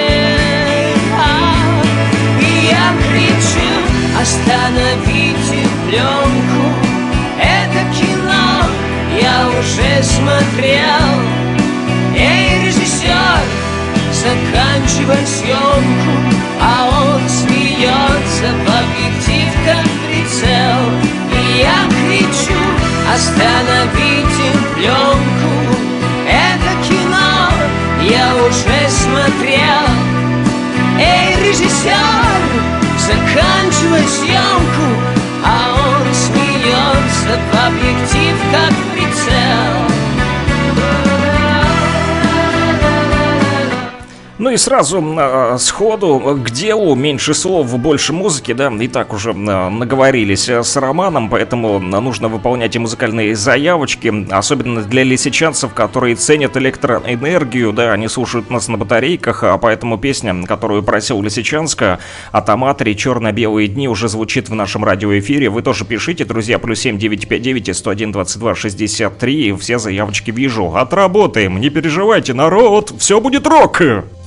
А, и я кричу: остановите пленку, это кино я уже смотрел. Эй, режиссер, заканчивай съемку. А он смеется в объектив, как прицел. И я кричу: остановите пленку, это кино я уже смотрел. Эй, режиссер, заканчивай съемку. А он смеется в объектив, как прицел. Ну и и сразу э, сходу к делу, меньше слов, больше музыки, да, и так уже э, наговорились с Романом, поэтому нужно выполнять и музыкальные заявочки, особенно для лисичанцев, которые ценят электроэнергию, да, они слушают нас на батарейках, а поэтому песня, которую просил Лисичанска, от Аматри «Черно-белые дни» уже звучит в нашем радиоэфире. Вы тоже пишите, друзья, плюс семь девятьсот пятьдесят девять сто один двадцать два шестьдесят три, все заявочки вижу. Отработаем, не переживайте, народ, все будет рок!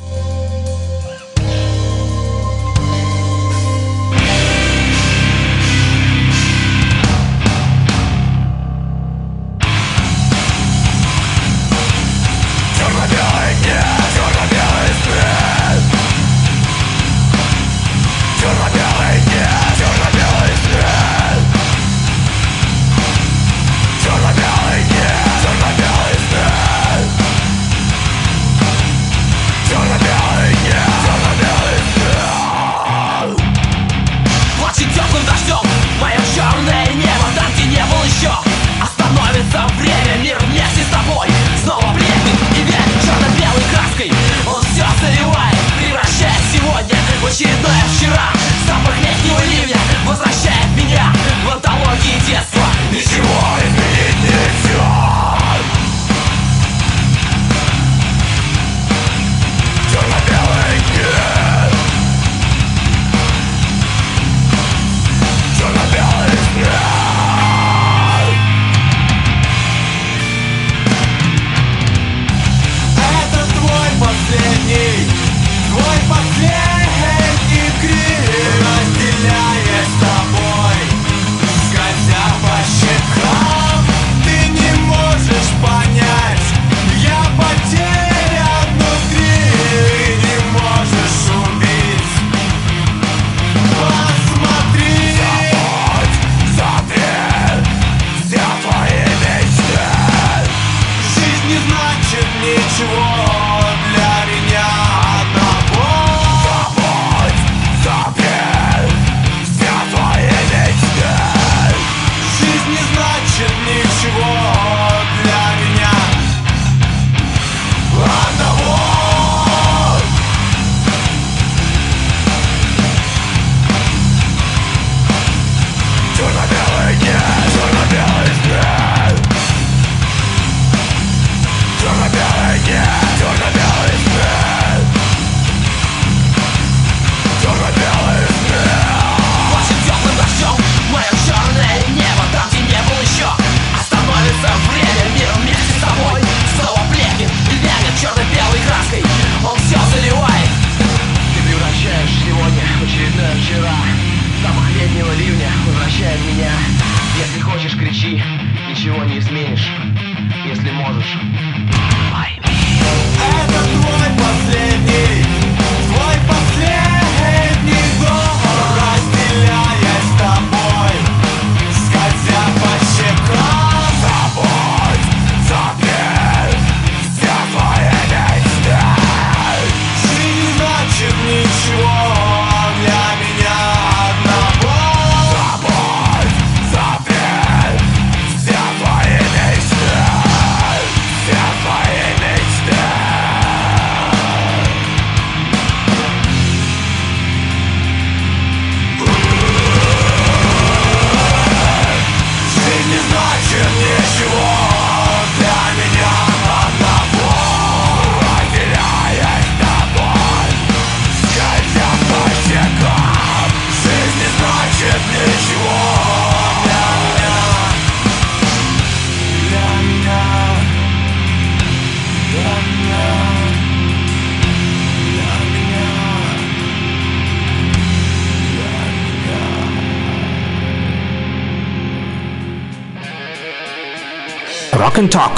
Rock and Talk.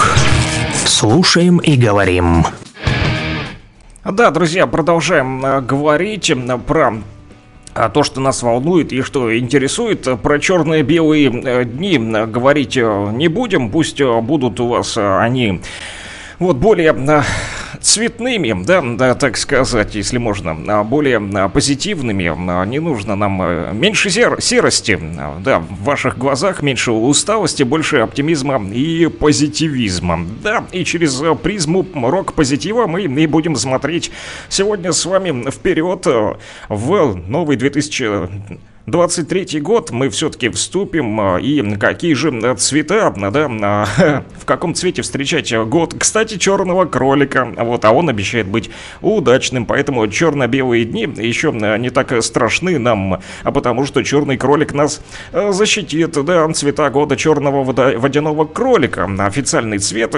Слушаем и говорим. Да, друзья, продолжаем э, говорить э, про э, то, что нас волнует и что интересует. Про черно-белые э, дни э, говорить э, не будем. Пусть э, будут у вас э, они вот более... Э, цветными, да, да, так сказать, если можно, более позитивными. Не нужно нам меньше сер- серости, да, в ваших глазах, меньше усталости, больше оптимизма и позитивизма. Да, и через призму рок-позитива мы и будем смотреть сегодня с вами вперед в новый две тысячи двадцать третий год. Мы все-таки вступим, и какие же цвета, да, в каком цвете встречать год, кстати, черного кролика, вот, а он обещает быть удачным, поэтому черно-белые дни еще не так страшны нам, а потому что черный кролик нас защитит, да, цвета года черного водяного кролика, официальный цвет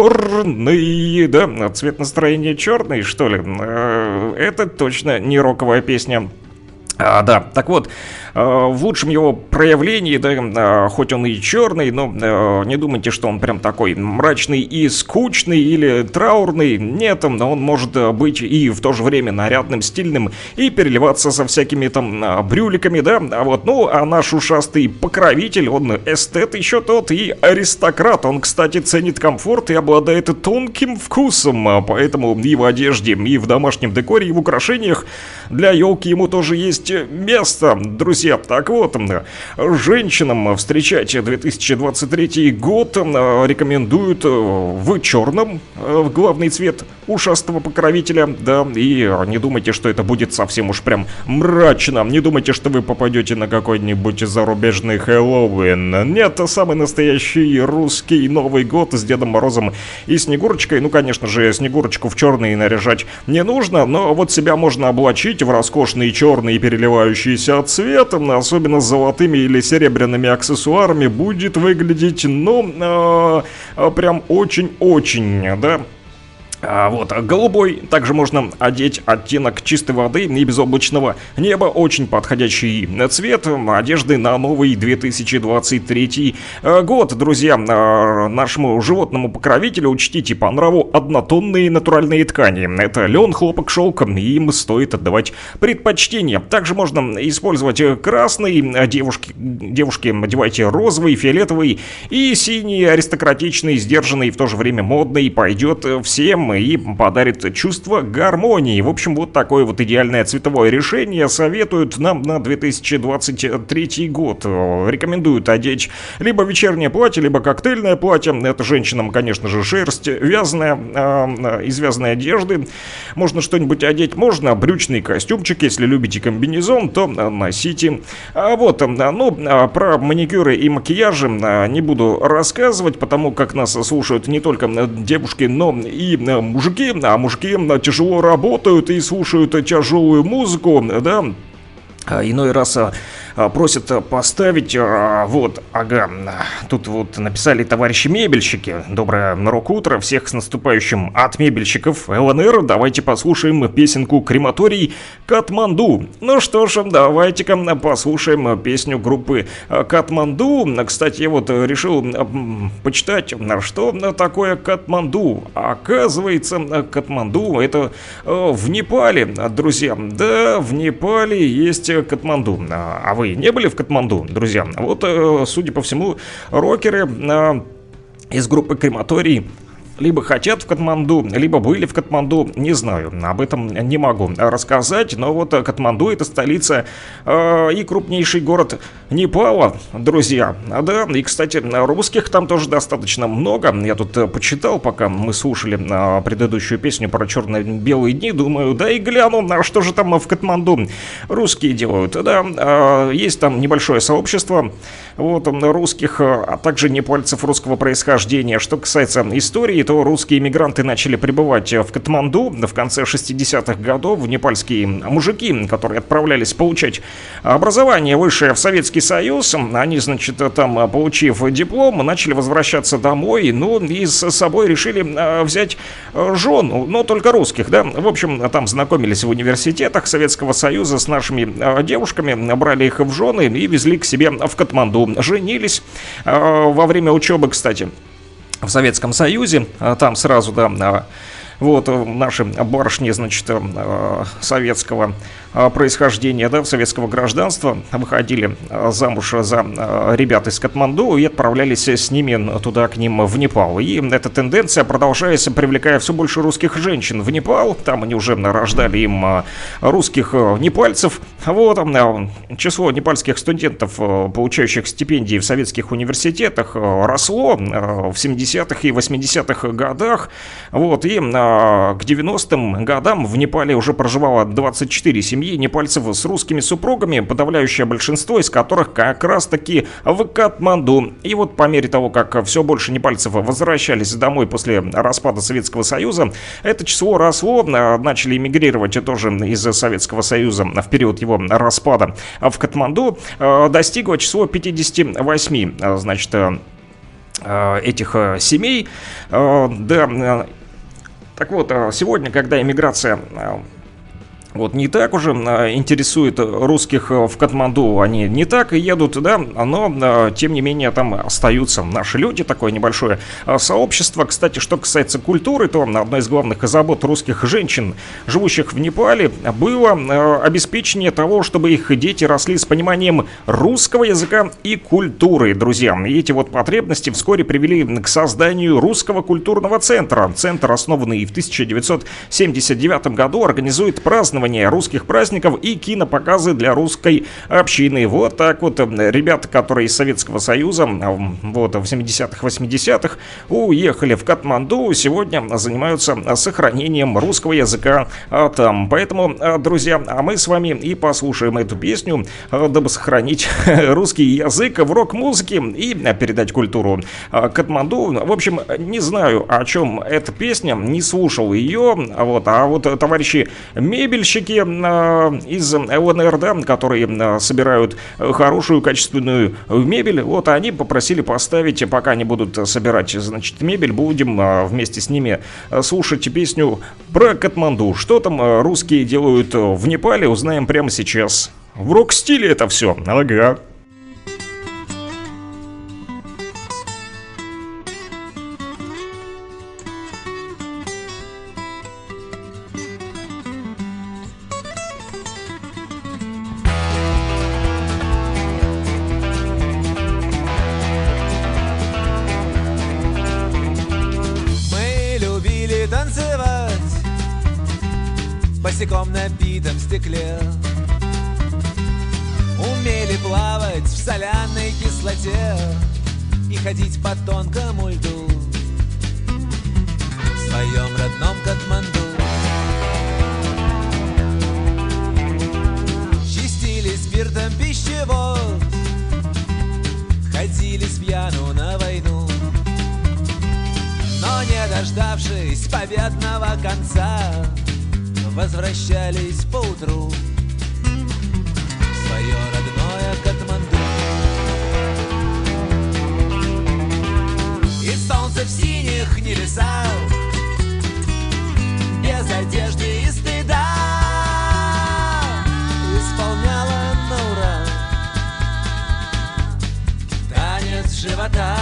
черный, да, цвет настроения черный, что ли, это точно не роковая песня. А, да, так вот, э, в лучшем его проявлении, да, э, хоть он и черный, но э, не думайте, что он прям такой мрачный и скучный или траурный. Нет, он может быть и в то же время нарядным, стильным и переливаться со всякими там брюликами, да. А вот, ну, а наш ушастый покровитель, он эстет еще тот и аристократ. Он, кстати, ценит комфорт и обладает тонким вкусом, поэтому и в одежде, и в домашнем декоре, и в украшениях для елки ему тоже есть место, друзья. Так вот, женщинам встречать две тысячи двадцать третий год рекомендуют в черном, в главный цвет ушастого покровителя, да, и не думайте, что это будет совсем уж прям мрачно, не думайте, что вы попадете на какой-нибудь зарубежный Хэллоуин. Нет, самый настоящий русский Новый год с Дедом Морозом и Снегурочкой. Ну, конечно же, Снегурочку в черный наряжать не нужно, но вот себя можно облачить в роскошные черные переливающиеся цветом, особенно с золотыми или серебряными аксессуарами, будет выглядеть, ну, э, прям очень-очень, да. А вот, голубой также можно одеть оттенок чистой воды и безоблачного неба, очень подходящий цвет одежды на новый две тысячи двадцать третий год. Друзья, нашему животному покровителю учтите по нраву однотонные натуральные ткани. Это лен, хлопок, шелк, им стоит отдавать предпочтение. Также можно использовать красный, девушки, девушки одевайте розовый, фиолетовый и синий, аристократичный, сдержанный, в то же время модный, пойдет всем и подарит чувство гармонии. В общем, вот такое вот идеальное цветовое решение советуют нам на две тысячи двадцать третий год. Рекомендуют одеть либо вечернее платье, либо коктейльное платье. Это женщинам, конечно же, шерсть вязаная, э, из вязаной одежды. Можно что-нибудь одеть, можно брючный костюмчик. Если любите комбинезон, то носите. А вот, ну, про маникюры и макияжи не буду рассказывать, потому как нас слушают не только девушки, но и мужики, а мужики тяжело работают и слушают тяжелую музыку, да. Иной раз просят поставить, вот, ага, тут вот написали товарищи мебельщики. Доброе рок-утро, всех с наступающим от мебельщиков ЛНР. Давайте послушаем песенку «Крематорий Катманду». Ну что ж, давайте-ка послушаем песню группы Катманду. Кстати, я вот решил почитать, что такое Катманду. Оказывается, Катманду — это в Непале, друзья. Да, в Непале есть Катманду. А вы не были в Катманду, друзья? Вот, судя по всему, рокеры из группы «Крематорий» либо хотят в Катманду, либо были в Катманду, не знаю, об этом не могу рассказать, но вот Катманду — это столица э, и крупнейший город Непала, друзья. Да, и, кстати, русских там тоже достаточно много. Я тут почитал, пока мы слушали э, предыдущую песню про черно-белые дни, думаю, да и гляну, а что же там в Катманду русские делают. Да, э, есть там небольшое сообщество вот, русских, а также непальцев русского происхождения. Что касается истории, то русские иммигранты начали прибывать в Катманду в конце шестидесятых годов. Непальские мужики, которые отправлялись получать образование высшее в Советский Союз, они, значит, там, получив диплом, начали возвращаться домой, ну и с собой решили взять жен, но только русских, да. В общем, там знакомились в университетах Советского Союза с нашими девушками, брали их в жены и везли к себе в Катманду. Женились во время учебы, кстати, в Советском Союзе. Там сразу, да, Вот, наши барышни, значит, советского происхождения, да, советского гражданства, выходили замуж за ребят из Катманду и отправлялись с ними туда, к ним, в Непал. И эта тенденция, продолжаясь, привлекая все больше русских женщин в Непал. Там они уже рождали им русских непальцев. Вот, число непальских студентов, получающих стипендии в советских университетах, росло в семидесятых и восьмидесятых годах. Вот, и к девяностым годам в Непале уже проживало двадцать четыре семьи непальцев с русскими супругами, подавляющее большинство из которых как раз-таки в Катманду. И вот по мере того, как все больше непальцев возвращались домой после распада Советского Союза, это число росло, начали эмигрировать тоже из Советского Союза в период его распада. В Катманду достигло число пятьдесят восемь, значит, этих семей. Да, так вот, сегодня, когда эмиграция вот не так уже интересует русских в Катманду, они не так едут, да, но тем не менее там остаются наши люди, такое небольшое сообщество. Кстати, что касается культуры, то одной из главных забот русских женщин, живущих в Непале, было обеспечение того, чтобы их дети росли с пониманием русского языка и культуры, друзья. И эти вот потребности вскоре привели к созданию Русского культурного центра. Центр, основанный в тысяча девятьсот семьдесят девятом году, организует празднование русских праздников и кинопоказы для русской общины. Вот так вот ребята, которые из Советского Союза вот в семидесятых, восьмидесятых уехали в Катманду, сегодня занимаются сохранением русского языка там. Поэтому, друзья, а мы с вами и послушаем эту песню, дабы сохранить русский язык в рок-музыке и передать культуру Катманду. В общем, не знаю, о чем эта песня, не слушал ее, вот, а вот товарищи мебельщики из ЛНР, да, которые собирают хорошую, качественную мебель, вот они попросили поставить, пока они будут собирать, значит, мебель, будем вместе с ними слушать песню про Катманду. Что там русские делают в Непале, узнаем прямо сейчас. В рок-стиле это все. Ага. Босиком на битом стекле, умели плавать в соляной кислоте и ходить по тонкому льду в своем родном Катманду. Чистили спиртом пищевод, ходили с пьяну на войну, но не дождавшись победного конца, возвращались поутру в свое родное Катманду. И солнце в синих небесах, без одежды и стыда, исполняло на ура танец живота.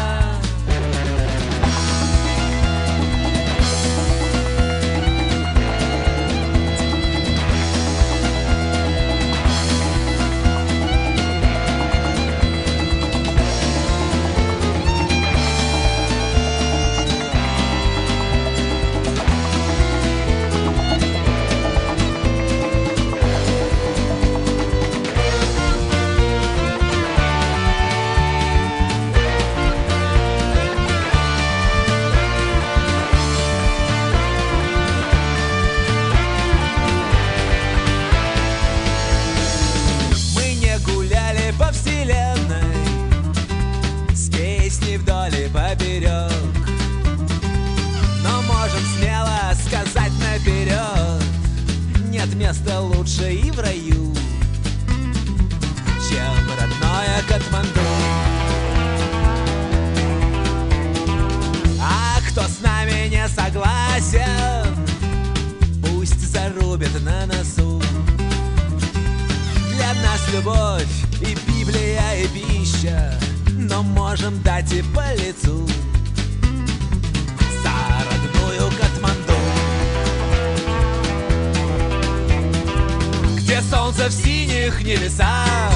Место лучше и в раю, чем родное Катманду. А кто с нами не согласен, пусть зарубит на носу. Для нас любовь и Библия, и пища, но можем дать и по лицу за родную Катманду. где солнце в синих небесах,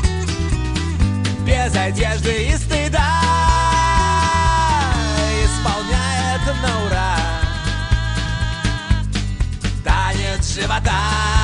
без одежды и стыда исполняет на ура танец живота.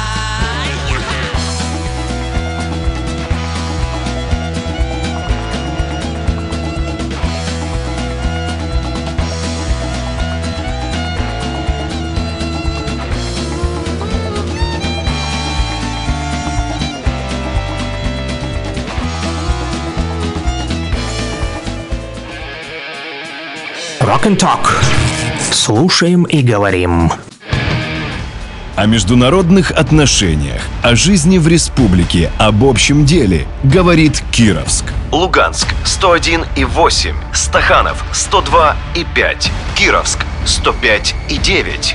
Rock and Talk. Слушаем и говорим. О международных отношениях, о жизни в республике, об общем деле говорит Кировск. Луганск сто один и восемь, Стаханов сто два и пять, Кировск сто пять и девять.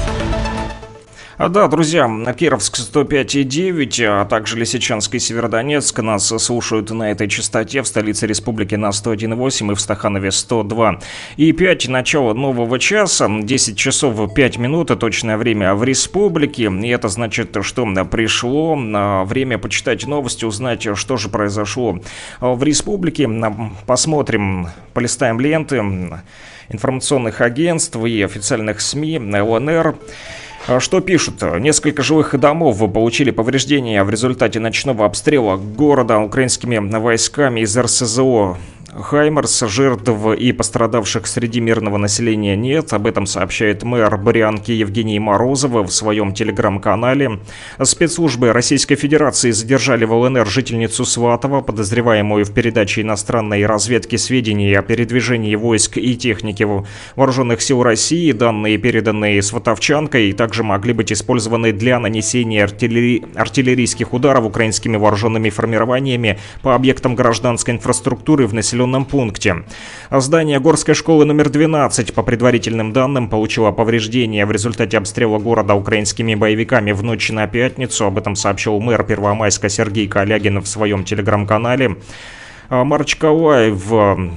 А да, друзья, Кировск сто пять и девять, а также Лисичанск и Северодонецк нас слушают на этой частоте, в столице республики на сто один и восемь и в Стаханове сто два и пять. Начало нового часа, десять часов пять минут, точное время в республике. И это значит, что пришло время почитать новости, узнать, что же произошло в республике. Посмотрим, полистаем ленты информационных агентств и официальных СМИ ЛНР. Что пишут? Несколько жилых домов получили повреждения в результате ночного обстрела города украинскими войсками из эр эс зэ о «Хаймерс». Жертв и пострадавших среди мирного населения нет. Об этом сообщает мэр Брянки Евгений Морозов в своем телеграм-канале. Спецслужбы Российской Федерации задержали в ЛНР жительницу Сватова, подозреваемую в передаче иностранной разведки сведений о передвижении войск и техники вооруженных сил России. Данные, переданные сватовчанкой, также могли быть использованы для нанесения артиллери... артиллерийских ударов украинскими вооруженными формированиями по объектам гражданской инфраструктуры в населенном пункте. Здание горской школы номер двенадцать, по предварительным данным, получило повреждения в результате обстрела города украинскими боевиками в ночь на пятницу. Об этом сообщил мэр Первомайска Сергей Калягин в своем телеграм-канале. Марч Калаев,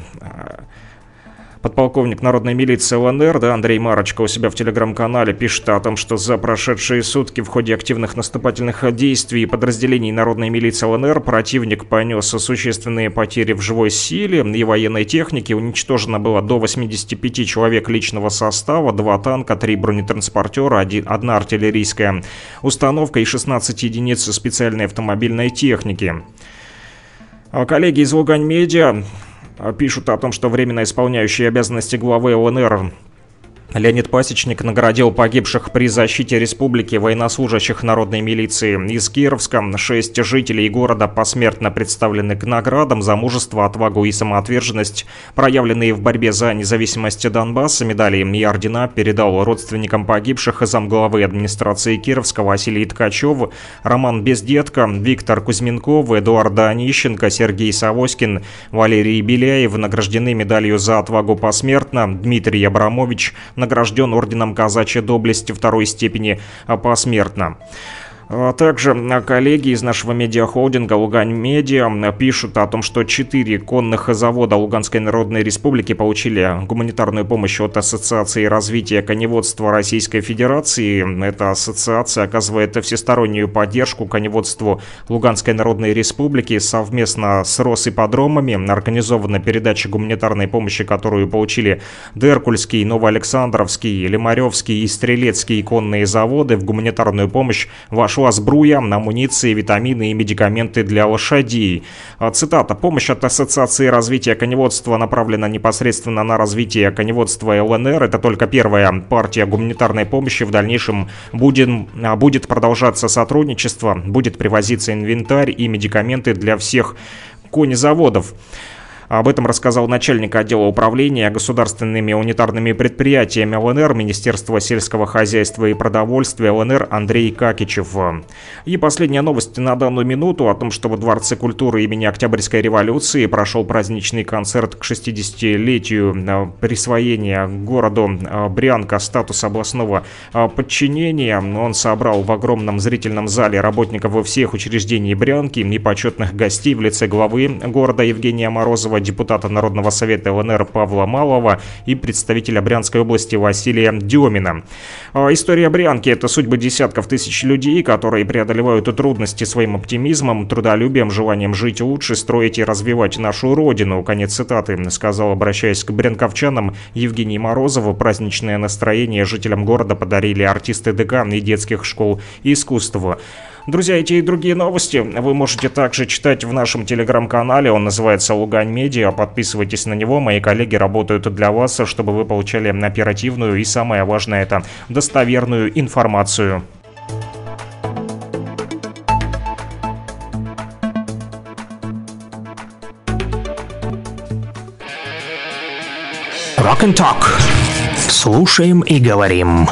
подполковник народной милиции ЛНР, да, Андрей Марочка у себя в телеграм-канале пишет о том, что за прошедшие сутки в ходе активных наступательных действий подразделений народной милиции ЛНР противник понес существенные потери в живой силе и военной технике. Уничтожено было до восьмидесяти пяти человек личного состава, два танка, три бронетранспортера, одна артиллерийская установка и шестнадцать единиц специальной автомобильной техники. Коллеги из Лугань Медиа пишут о том, что временно исполняющий обязанности главы ЛНР Леонид Пасечник наградил погибших при защите республики военнослужащих народной милиции из Кировска. Шесть жителей города посмертно представлены к наградам за мужество, отвагу и самоотверженность, проявленные в борьбе за независимость Донбасса. Медали и ордена передал родственникам погибших замглавы администрации Кировска Василий Ткачев, Роман Бездетко, Виктор Кузьменков, Эдуард Онищенко, Сергей Савоськин, Валерий Беляев награждены медалью за отвагу посмертно. Дмитрий Абрамович награжден орденом Казачья доблесть второй степени посмертно. Также коллеги из нашего медиахолдинга «Лугань Медиа» пишут о том, что четыре конных завода Луганской Народной Республики получили гуманитарную помощь от Ассоциации развития коневодства Российской Федерации. Эта ассоциация оказывает всестороннюю поддержку коневодству Луганской Народной Республики. Совместно с Росипподромами организована передача гуманитарной помощи, которую получили Деркульский, Новоалександровский, Лимаревский и Стрелецкий конные заводы. В гуманитарную помощь вошло сбруя, амуниции, витамины и медикаменты для лошадей. Цитата. «Помощь от Ассоциации развития коневодства направлена непосредственно на развитие коневодства ЛНР. Это только первая партия гуманитарной помощи. В дальнейшем будет, будет продолжаться сотрудничество, будет привозиться инвентарь и медикаменты для всех конезаводов». Об этом рассказал начальник отдела управления государственными унитарными предприятиями ЛНР Министерства сельского хозяйства и продовольствия ЛНР Андрей Какичев. И последняя новость на данную минуту о том, что во Дворце культуры имени Октябрьской революции прошел праздничный концерт к шестидесятилетию присвоения городу Брянка статуса областного подчинения. Он собрал в огромном зрительном зале работников всех учреждений Брянки и почетных гостей в лице главы города Евгения Морозова, депутата Народного совета ЛНР Павла Малова и представителя Брянской области Василия Демина. История Брянки – это судьбы десятков тысяч людей, которые преодолевают трудности своим оптимизмом, трудолюбием, желанием жить лучше, строить и развивать нашу родину. Конец цитаты, сказал, обращаясь к брянковчанам, Евгений Морозов. Праздничное настроение жителям города подарили артисты ДК и детских школ искусства. Друзья, эти и другие новости вы можете также читать в нашем телеграм-канале. Он называется «Лугань Медиа». Подписывайтесь на него. Мои коллеги работают для вас, чтобы вы получали оперативную и, самое важное, это достоверную информацию. Rock and Talk. Слушаем и говорим.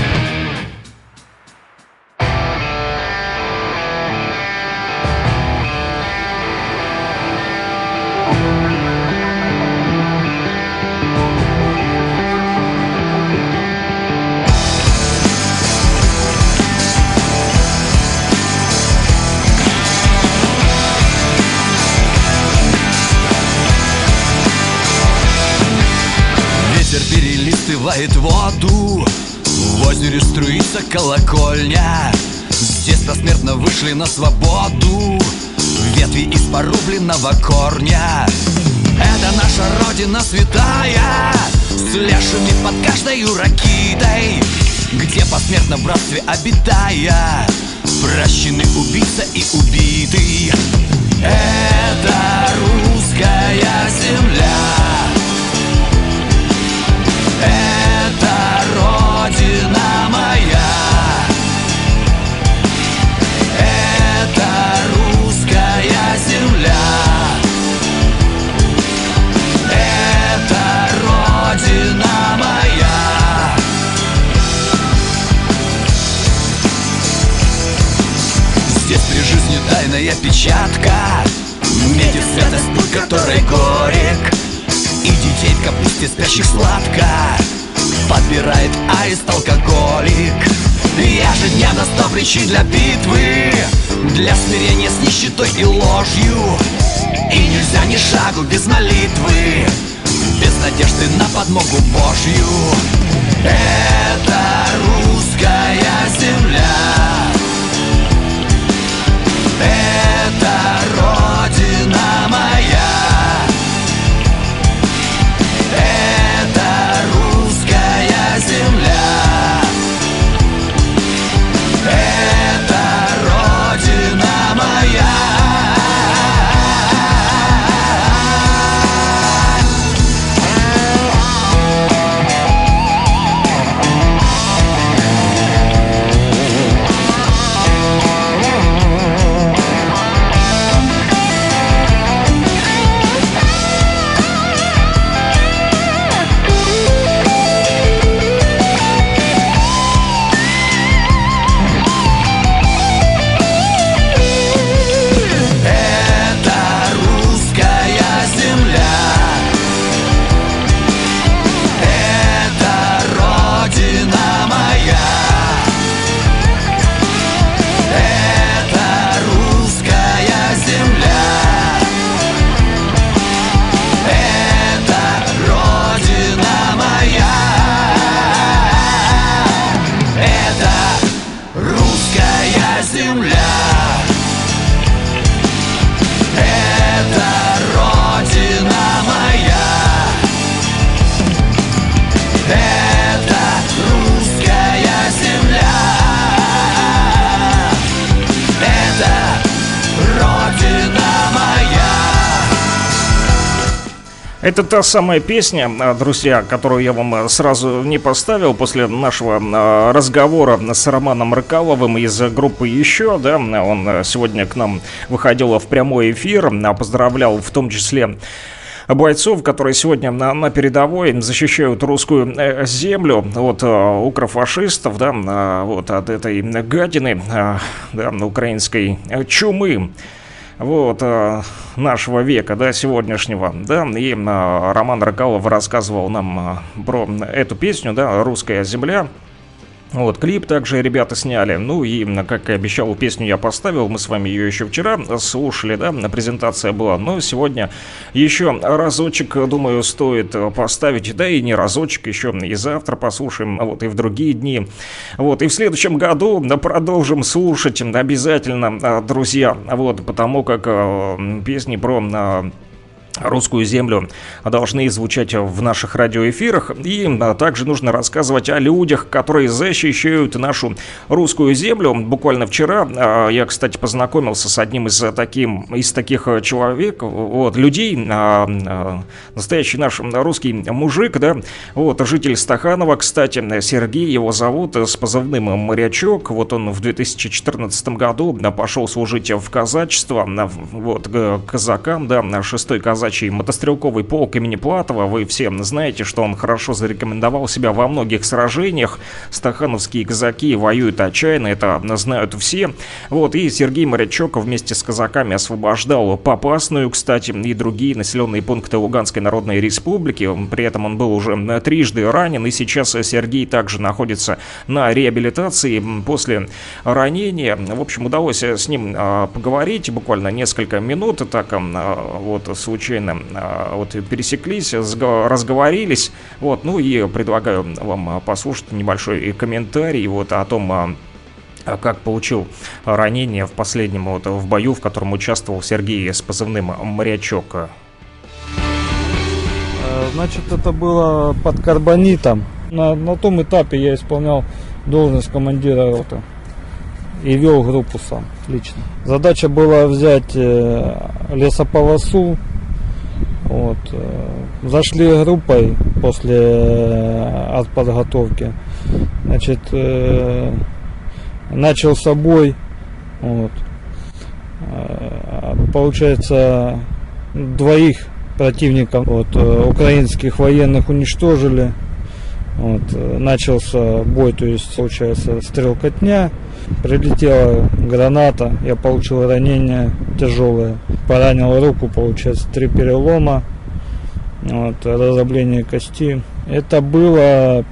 Перелистывает воду, в озере струится колокольня. Здесь посмертно вышли на свободу ветви из порубленного корня. Это наша родина святая, с лешими под каждой ракитой, где посмертно в братстве обитая прощены убийца и убитый. Это русская земля, это родина моя, это русская земля, это родина моя. Здесь при жизни тайная печатка, метит святость, путь которой горек, и детей в капусте спящих сладко подбирает аист алкоголик. Ежедневно сто причин для битвы, для смирения с нищетой и ложью. И нельзя ни шагу без молитвы, без надежды на подмогу Божью. Это русская земля, это родина моя, это русская земля, это родина моя. Это та самая песня, друзья, которую я вам сразу не поставил после нашего разговора с Романом Рыкаловым из группы «Еще», да, он сегодня к нам выходил в прямой эфир, поздравлял в том числе бойцов, которые сегодня на, на передовой защищают русскую землю от укрофашистов, да, вот от этой гадины, да, украинской чумы. Вот, нашего века, да, сегодняшнего, да, и Роман Рыкалов рассказывал нам про эту песню, да, «Русская земля». Вот, клип также ребята сняли. Ну и, как и обещал, песню я поставил. Мы с вами ее еще вчера слушали, да, презентация была. Но сегодня еще разочек, думаю, стоит поставить. Да и не разочек, еще и завтра послушаем, вот, и в другие дни. Вот, и в следующем году продолжим слушать обязательно, друзья. Вот, потому как песни про русскую землю должны звучать в наших радиоэфирах. И также нужно рассказывать о людях, которые защищают нашу русскую землю. Буквально вчера я, кстати, познакомился с одним из, таким, из таких человек, вот, людей, настоящий наш русский мужик, да, вот, житель Стаханова, кстати, Сергей его зовут, с позывным «Морячок». Вот он в две тысячи четырнадцатом году пошел служить в казачество, вот, к казакам, да, шестой казачий мотострелковый полк имени Платова. Вы все знаете, что он хорошо зарекомендовал себя во многих сражениях. Стахановские казаки воюют отчаянно, это знают все. Вот, и Сергей Морячок вместе с казаками освобождал Попасную, кстати, и другие населенные пункты Луганской Народной Республики. При этом он был уже трижды ранен, и сейчас Сергей также находится на реабилитации после ранения. В общем, удалось с ним поговорить буквально несколько минут, так вот случайно вот пересеклись, разговорились, вот, ну и предлагаю вам послушать небольшой комментарий вот о том, как получил ранение в последнем вот в бою, в котором участвовал Сергей с позывным «Морячок». Значит, это было под Карбонитом. На, на том этапе я исполнял должность командира роты и вел группу сам лично. Задача была взять лесополосу. Вот. Зашли группой после артподготовки. Значит, э, начал с собой. Вот. Получается, двоих противников вот, украинских военных уничтожили. Вот. Начался бой, то есть, получается, стрелкотня. Прилетела граната, я получил ранение тяжелое, поранил руку, получается, три перелома, вот, разобление кости. Это было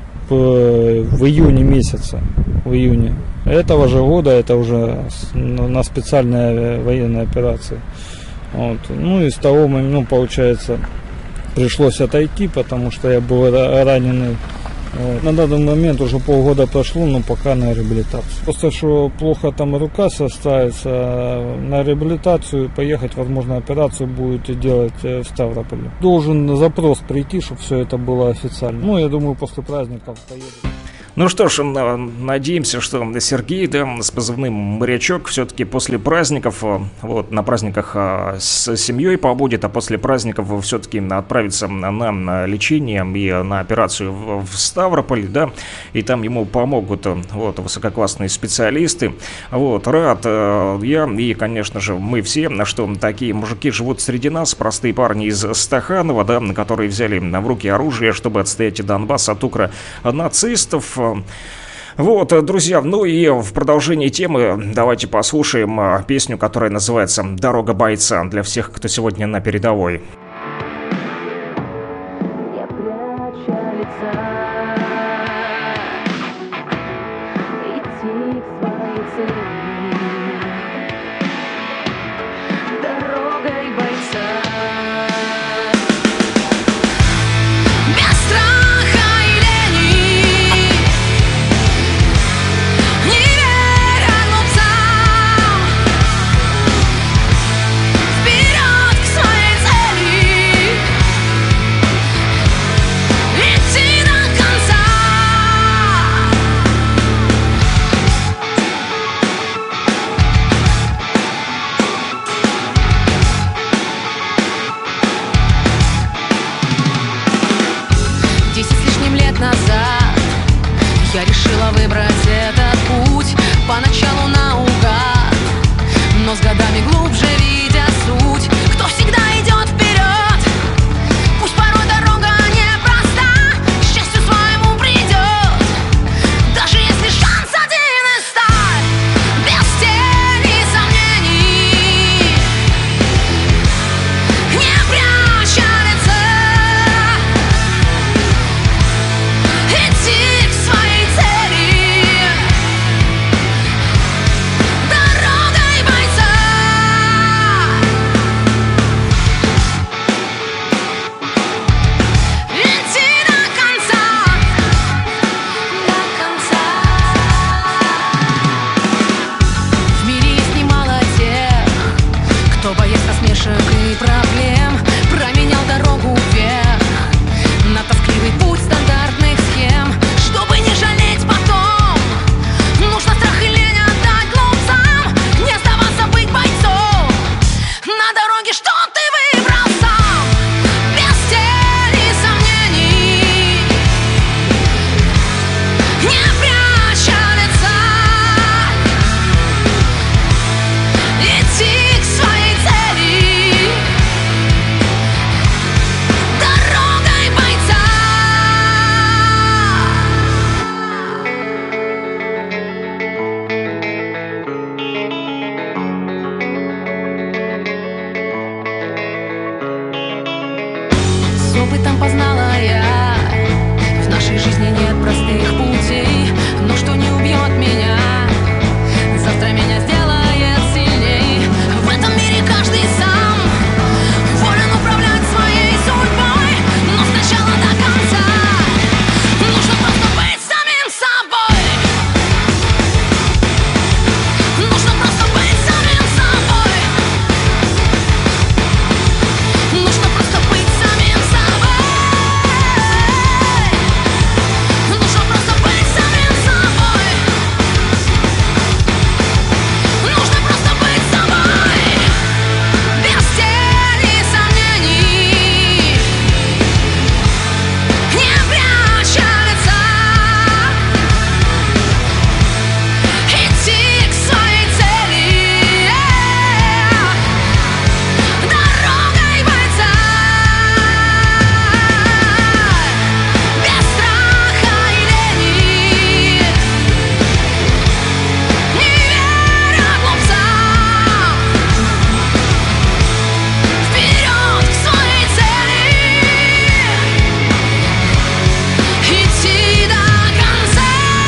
в июне месяце, в июне этого же года, это уже на специальной военной операции. Вот. Ну и с того момента, ну, получается, пришлось отойти, потому что я был раненый. Вот. На данный момент уже полгода прошло, но пока на реабилитацию. Просто что плохо там рука составится, на реабилитацию поехать, возможно, операцию будете делать в Ставрополе. Должен запрос прийти, чтобы все это было официально. Ну, я думаю, после праздников поеду. Ну что ж, надеемся, что Сергей, да, с позывным «Морячок» все-таки после праздников, вот, на праздниках с семьей побудет, а после праздников все-таки отправится на лечение и на операцию в Ставрополь, да, и там ему помогут, вот, высококлассные специалисты. Вот, рад я и, конечно же, мы все, что такие мужики живут среди нас, простые парни из Стаханова, да, которые взяли в руки оружие, чтобы отстоять Донбасс от укронацистов. Вот, друзья, ну и в продолжении темы давайте послушаем песню, которая называется «Дорога бойца» для всех, кто сегодня на передовой. Вперед к своей цели! боясь насмешек и проблем, променял дорогу вверх на тоскливый путь стандартных схем. Чтобы не жалеть потом, нужно страх и лень отдать глупцам, не сдаваться, быть бойцом на дороге, что ты выбрал сам, без тени сомнений, не пряча лица, идти к своей цели дорогой бойца. С опытом познала я, в нашей жизни нет простых путей, но что не убьет меня, завтра меня сделает сильней. В этом мире каждый сам волен управлять своей судьбой, но сначала до конца нужно просто быть самим собой. Нужно просто быть самим собой. Нужно просто быть самим собой. Нужно просто быть самим собой. Нужно просто быть собой, без тени сомнений, не пряча лица, идти к своей цели дорогой бойца, без страха и лени, не веря глупцам, вперед к своей цели, идти до конца.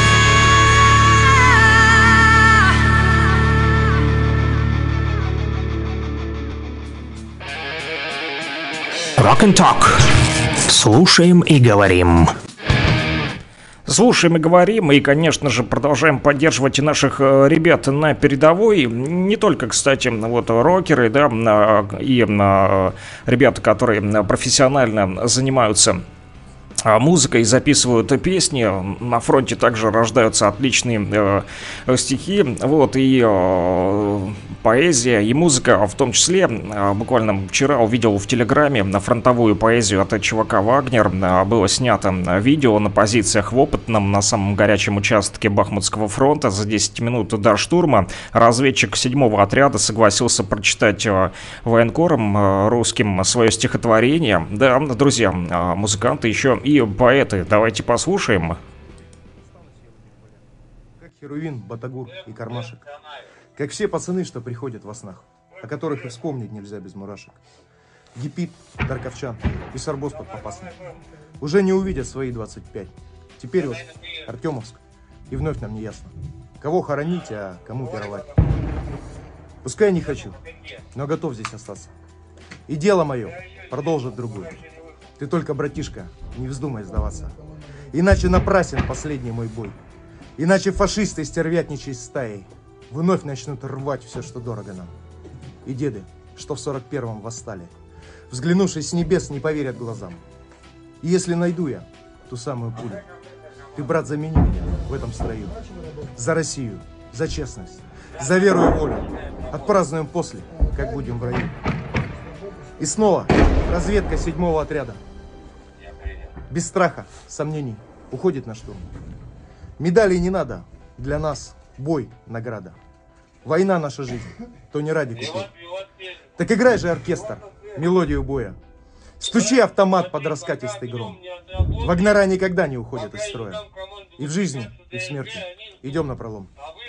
Rock and Talk. Слушаем и говорим. Слушаем и говорим, и, конечно же, продолжаем поддерживать наших э, ребят на передовой. Не только, кстати, вот рокеры, да, а, и а, ребята, которые профессионально занимаются а, музыкой, записывают песни. На фронте также рождаются отличные э, стихи, вот, и э, поэзия, и музыка в том числе. Э, буквально вчера увидел в Телеграме на фронтовую поэзию от ЧВК «Вагнер». Э, было снято видео на позициях в Опытном, на самом горячем участке Бахмутского фронта. За десять минут до штурма разведчик седьмого отряда согласился прочитать э, военкорам э, русским свое стихотворение. Да, друзья, э, музыканты еще и поэты. Давайте послушаем. Как Херувин, Батагур и Кармашек. Как все пацаны, что приходят во снах, о которых и вспомнить нельзя без мурашек. Гипит, Дарковчан и Сарбос под Попасным уже не увидят свои двадцать пять. Теперь вот Артемовск, и вновь нам не ясно, кого хоронить, а кому пировать. Пускай не хочу, но готов здесь остаться. И дело мое продолжит другой. Ты только, братишка, не вздумай сдаваться. Иначе напрасен последний мой бой. Иначе фашисты стервятничай стаей вновь начнут рвать все, что дорого нам. И деды, что в сорок первом восстали, взглянувшись с небес, не поверят глазам. И если найду я ту самую пулю, ты, брат, замени меня в этом строю. За Россию, за честность, за веру и волю. Отпразднуем после, как будем в раю. И снова разведка седьмого отряда. Без страха, сомнений, уходит на штурм. Медалей не надо, для нас бой — награда. Война — наша жизнь, то не ради купить. Так играй же, оркестр, мелодию боя. Стучи автомат под раскатистый гром. Вагнера никогда не уходят из строя. И в жизни, и в смерти идем напролом.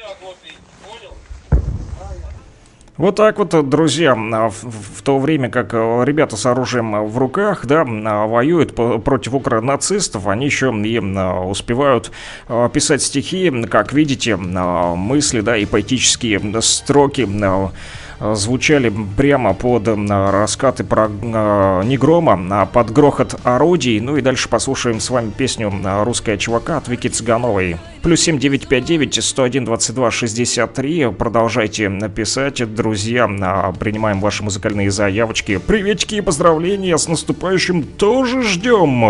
Вот так вот, друзья, в, в то время как ребята с оружием в руках, да, воюют по, против укронацистов, они еще и успевают писать стихи, как видите, мысли, да, и поэтические строки звучали прямо под раскаты про, э, не грома, а под грохот орудий. Ну и дальше послушаем с вами песню «Русская чувака» от Вики Цыгановой. Плюс семь девять пять девять сто один двадцать два шестьдесят три. Продолжайте написать, друзья. Принимаем ваши музыкальные заявочки. Приветики и поздравления с наступающим тоже ждем.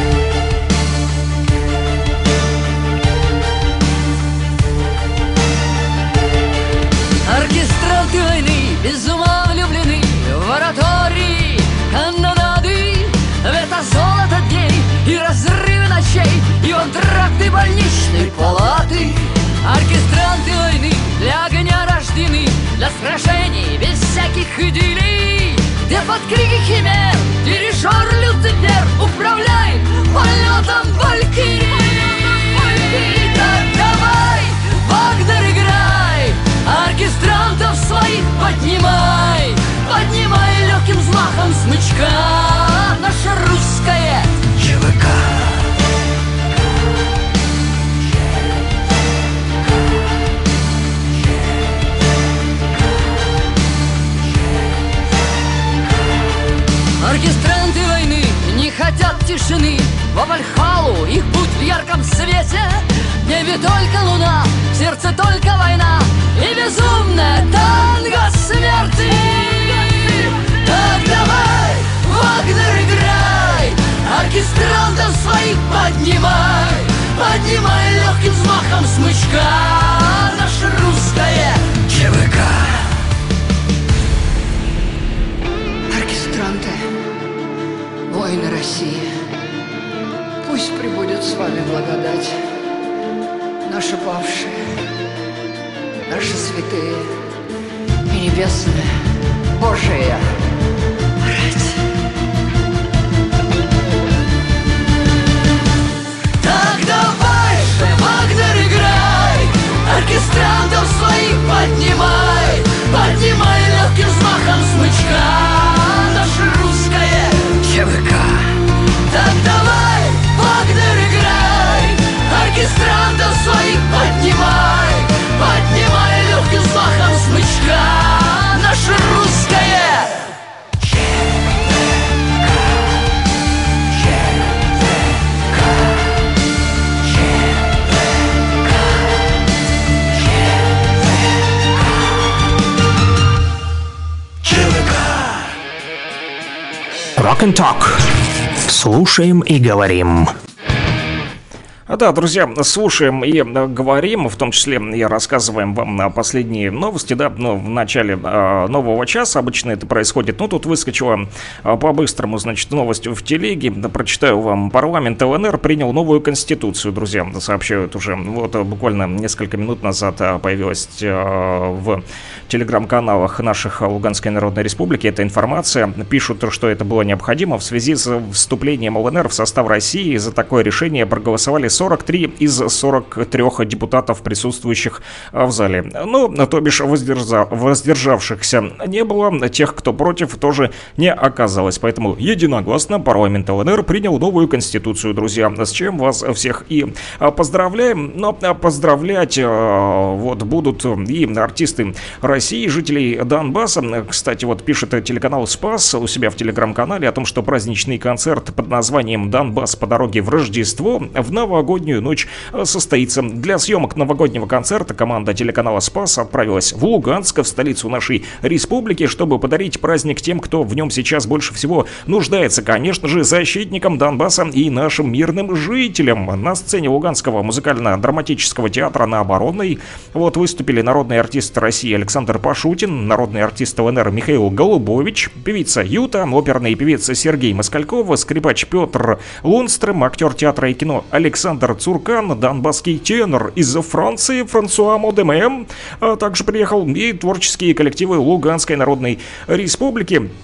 Оркестранты войны без ума влюблены в оратории канонады. Это золото дней и разрывы ночей, и антракты больничной палаты. Оркестранты войны для огня рождены, для сражений без всяких идиллий, где под крики химер дирижер Люцифер управляет полетом валькирии. Так давай, Вагнер, играй, оркестрантов своих поднимай, поднимай легким взмахом смычка наше русское ЧВК. Оркестранты войны не хотят тишины, во Вальхалу их путь в ярком свете. В небе только луна, в сердце только война и безумная танго смерти. Так давай, Вагнер, играй, оркестрантов своих поднимай, поднимай легким взмахом смычка наше русское ЧВК. Оркестранты, воины России, пусть пребудет с вами благодать. Наши павшие, наши святые и небесная Божия рать. Так давай же, Вагнер, играй, оркестрантов своих поднимай, поднимай легким взмахом смычка наше русское ЧВК. Так давай, Вагнер, играй, оркестрантов своих поднимай, поднимай легким взмахом смычка наше русское ЧВК. ЧВК. ЧВК. ЧВК. Rock and Talk. Слушаем и говорим. А да, друзья, слушаем и говорим, в том числе и рассказываем вам на последние новости, да, ну, в начале э, нового часа обычно это происходит, ну, тут выскочила э, по-быстрому, значит, новость в телеге, да, прочитаю вам. Парламент ЛНР принял новую конституцию, друзья, сообщают уже, вот, буквально несколько минут назад появилась э, в телеграм-каналах наших Луганской Народной Республики эта информация, пишут, что это было необходимо в связи с вступлением ЛНР в состав России. За такое решение проголосовали сорок три из сорока трёх депутатов, присутствующих в зале. Ну, то бишь воздержа... воздержавшихся не было, тех, кто против, тоже не оказалось. Поэтому единогласно парламент ЛНР принял новую конституцию, друзья, с чем вас всех и поздравляем. Но поздравлять вот будут и артисты России, жителей Донбасса. Кстати, вот пишет телеканал «Спас» у себя в телеграм-канале о том, что праздничный концерт под названием «Донбасс по дороге в Рождество» в новогоднюю ночь состоится. Для съемок новогоднего концерта команда телеканала «Спас» отправилась в Луганск, в столицу нашей республики, чтобы подарить праздник тем, кто в нем сейчас больше всего нуждается. Конечно же, защитникам Донбасса и нашим мирным жителям. На сцене Луганского музыкально-драматического театра на Оборонной вот выступили народный артист России Александр Пашутин, народный артист ЛНР Михаил Голубович, певица Юта, оперный певец Сергей Москальков, скрипач Петр Лунстрем, актер театра и кино Александр Цуркан, донбасский тенор из Франции Франсуа Модеме, а также приехал и творческие коллективы Луганской Народной Республики.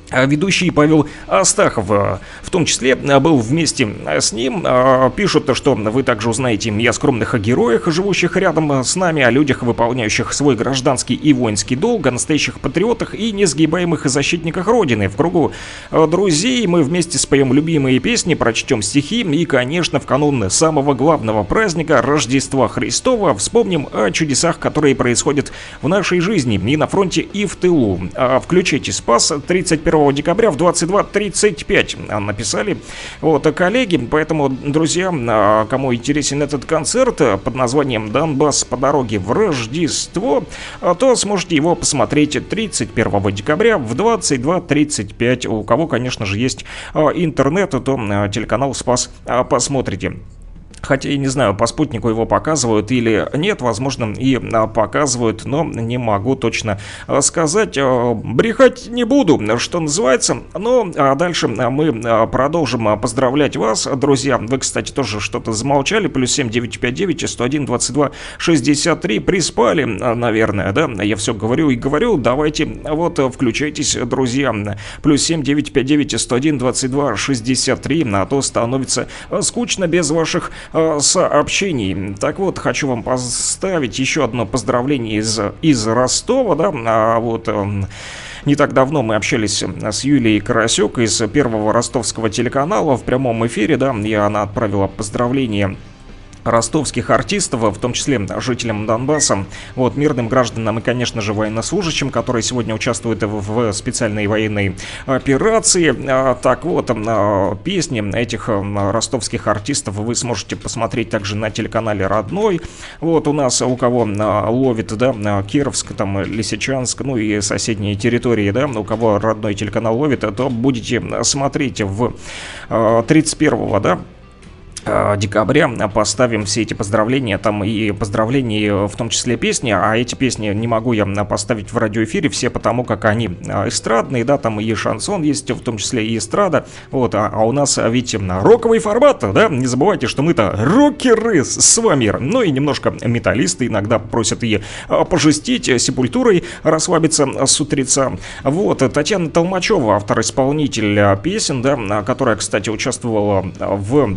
ведущий Павел Астахов, в том числе, был вместе с ним. Пишут, что вы также узнаете и о скромных героях, живущих рядом с нами, о людях, выполняющих свой гражданский и воинский долг, о настоящих патриотах и несгибаемых защитниках Родины. В кругу друзей мы вместе споем любимые песни, прочтем стихи и, конечно, в канун самого главного праздника Рождества Христова вспомним о чудесах, которые происходят в нашей жизни и на фронте, и в тылу. Включите Спас тридцать первого декабря в двадцать два тридцать пять написали вот коллеги, поэтому, друзья, кому интересен этот концерт под названием «Донбасс по дороге в Рождество», то сможете его посмотреть тридцать первого декабря в двадцать два тридцать пять. У кого, конечно же, есть интернет, то телеканал Спас посмотрите. Хотя я не знаю, по спутнику его показывают или нет, возможно, и показывают, но не могу точно сказать. Брехать не буду, что называется. Ну, а дальше мы продолжим поздравлять вас, друзья. Вы, кстати, тоже что-то замолчали. Плюс семь девять пять девять сто один двадцать два шестьдесят три. Приспали, наверное, да? Я все говорю и говорю. Давайте, вот, включайтесь, друзья. Плюс семь девять пять девять сто один двадцать два шестьдесят три. А то становится скучно без ваших сообщений. Так вот, хочу вам поставить еще одно поздравление из, из Ростова, да, а вот... Не так давно мы общались с Юлией Карасек из первого ростовского телеканала в прямом эфире, да, и она отправила поздравления ростовских артистов, в том числе жителям Донбасса, вот, мирным гражданам и, конечно же, военнослужащим, которые сегодня участвуют в специальной военной операции. Так вот, песни этих ростовских артистов вы сможете посмотреть также на телеканале «Родной». Вот у нас, у кого ловит, да, Кировск, там, Лисичанск, ну и соседние территории, да, у кого родной телеканал ловит, то будете смотреть в тридцать первого, да, декабря поставим все эти поздравления, там и поздравления, в том числе песни, а эти песни не могу я поставить в радиоэфире все, потому как они эстрадные, да, там и шансон есть, в том числе и эстрада, вот, а, а у нас, видите, роковый формат, да, не забывайте, что мы-то рокеры с вами, ну и немножко металлисты иногда просят и пожестить, Сепультурой расслабиться с утреца. Вот, Татьяна Толмачева, автор-исполнитель песен, да, которая, кстати, участвовала в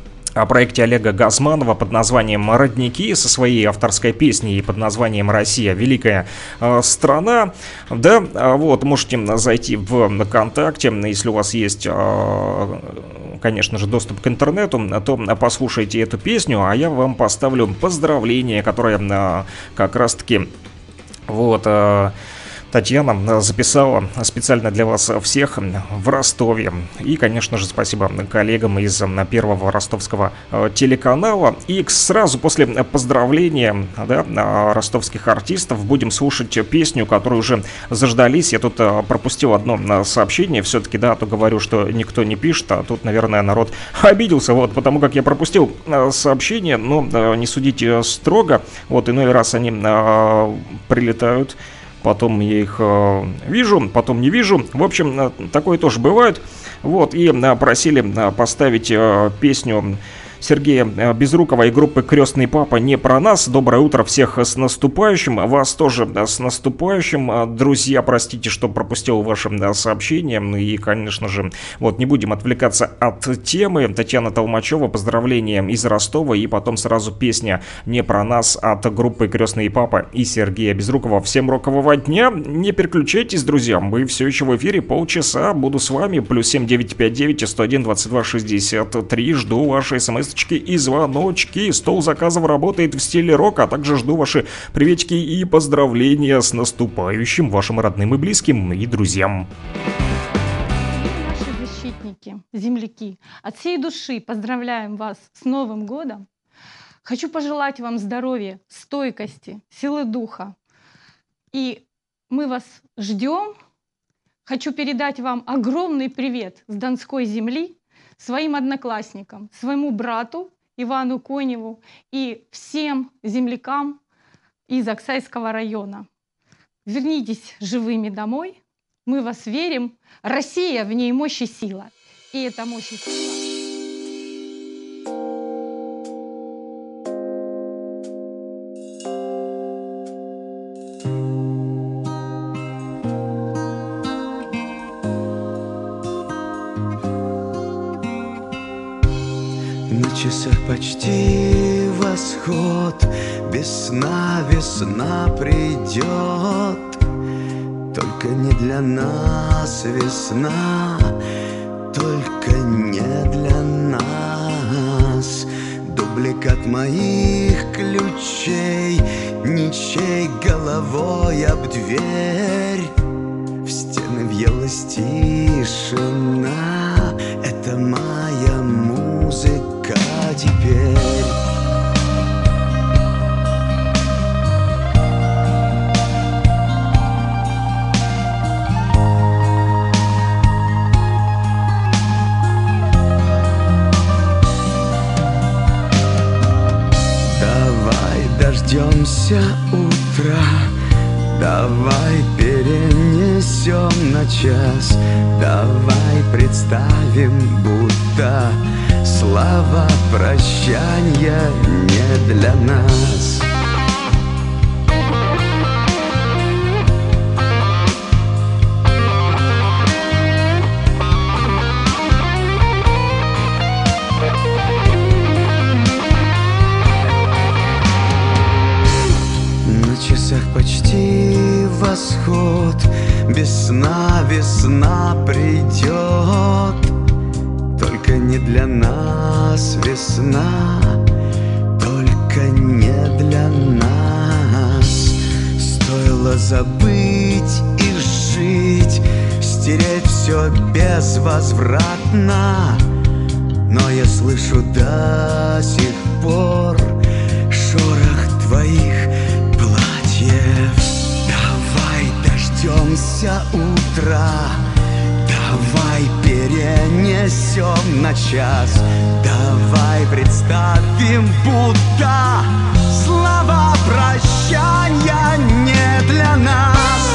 о проекте Олега Газманова под названием «Родники» со своей авторской песней под названием «Россия. Великая э, страна». Да, вот, можете зайти в ВКонтакте, если у вас есть, э, конечно же, доступ к интернету, то послушайте эту песню, а я вам поставлю поздравление, которое э, как раз-таки вот... Э, Татьяна записала специально для вас всех в Ростове. И, конечно же, спасибо коллегам из первого ростовского телеканала. И сразу после поздравления, да, ростовских артистов будем слушать песню, которую уже заждались. Я тут пропустил одно сообщение. Все-таки, да, а то говорю, что никто не пишет, а тут, наверное, народ обиделся. Вот, потому как я пропустил сообщение, но не судите строго. Вот, иной раз они прилетают, потом я их э, вижу, потом не вижу. В общем, э, такое тоже бывает. Вот, и э, просили э, поставить э, песню Сергея Безрукова и группы «Крестный папа» «Не про нас». Доброе утро, всех с наступающим. Вас тоже с наступающим. Друзья, простите, что пропустил ваше сообщение. И, конечно же, вот не будем отвлекаться от темы. Татьяна Толмачева, поздравления из Ростова. И потом сразу песня «Не про нас» от группы «Крестный папа» и Сергея Безрукова. Всем рокового дня. Не переключайтесь, друзья. Мы все еще в эфире. Полчаса буду с вами. Плюс семь девять пять девять сто один двадцать два шестьдесят три. Жду ваши смс и звоночки. Стол заказов работает в стиле рок, а также жду ваши приветики и поздравления с наступающим вашим родным и близким и друзьям. Наши защитники, земляки, от всей души поздравляем вас с Новым годом. Хочу пожелать вам здоровья, стойкости, силы духа. И мы вас ждем. Хочу передать вам огромный привет с Донской земли, своим одноклассникам, своему брату Ивану Коневу и всем землякам из Аксайского района. Вернитесь живыми домой, мы вас верим. Россия, в ней мощь и сила. И эта мощь и сила. На часах почти восход, без сна весна придет. Только не для нас весна, только не для нас. Дубликат моих ключей, ничей головой об дверь. В стены въелась тишина, это моя музыка теперь. Дождемся утра, давай перенесем на час. Давай представим, будто слова прощания не для нас. Почти восход, без сна весна придет. Только не для нас весна, только не для нас. Стоило забыть и жить, стереть все безвозвратно. Но я слышу до сих пор шорох твоих платьев. Давай дождемся утра, давай перенесем на час. Давай представим, будто слова прощания не для нас.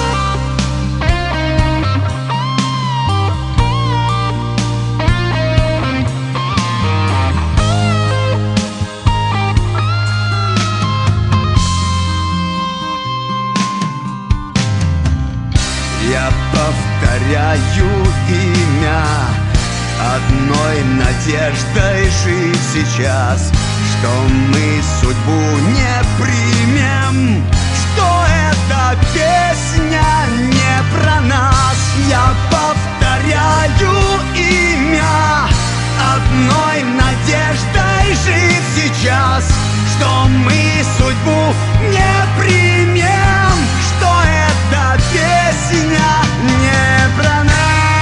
Я повторяю имя одной надеждой жить сейчас, что мы судьбу не примем, что эта песня не про нас. Я повторяю имя одной надеждой жить сейчас, что мы судьбу не примем, что эта песня не про нас.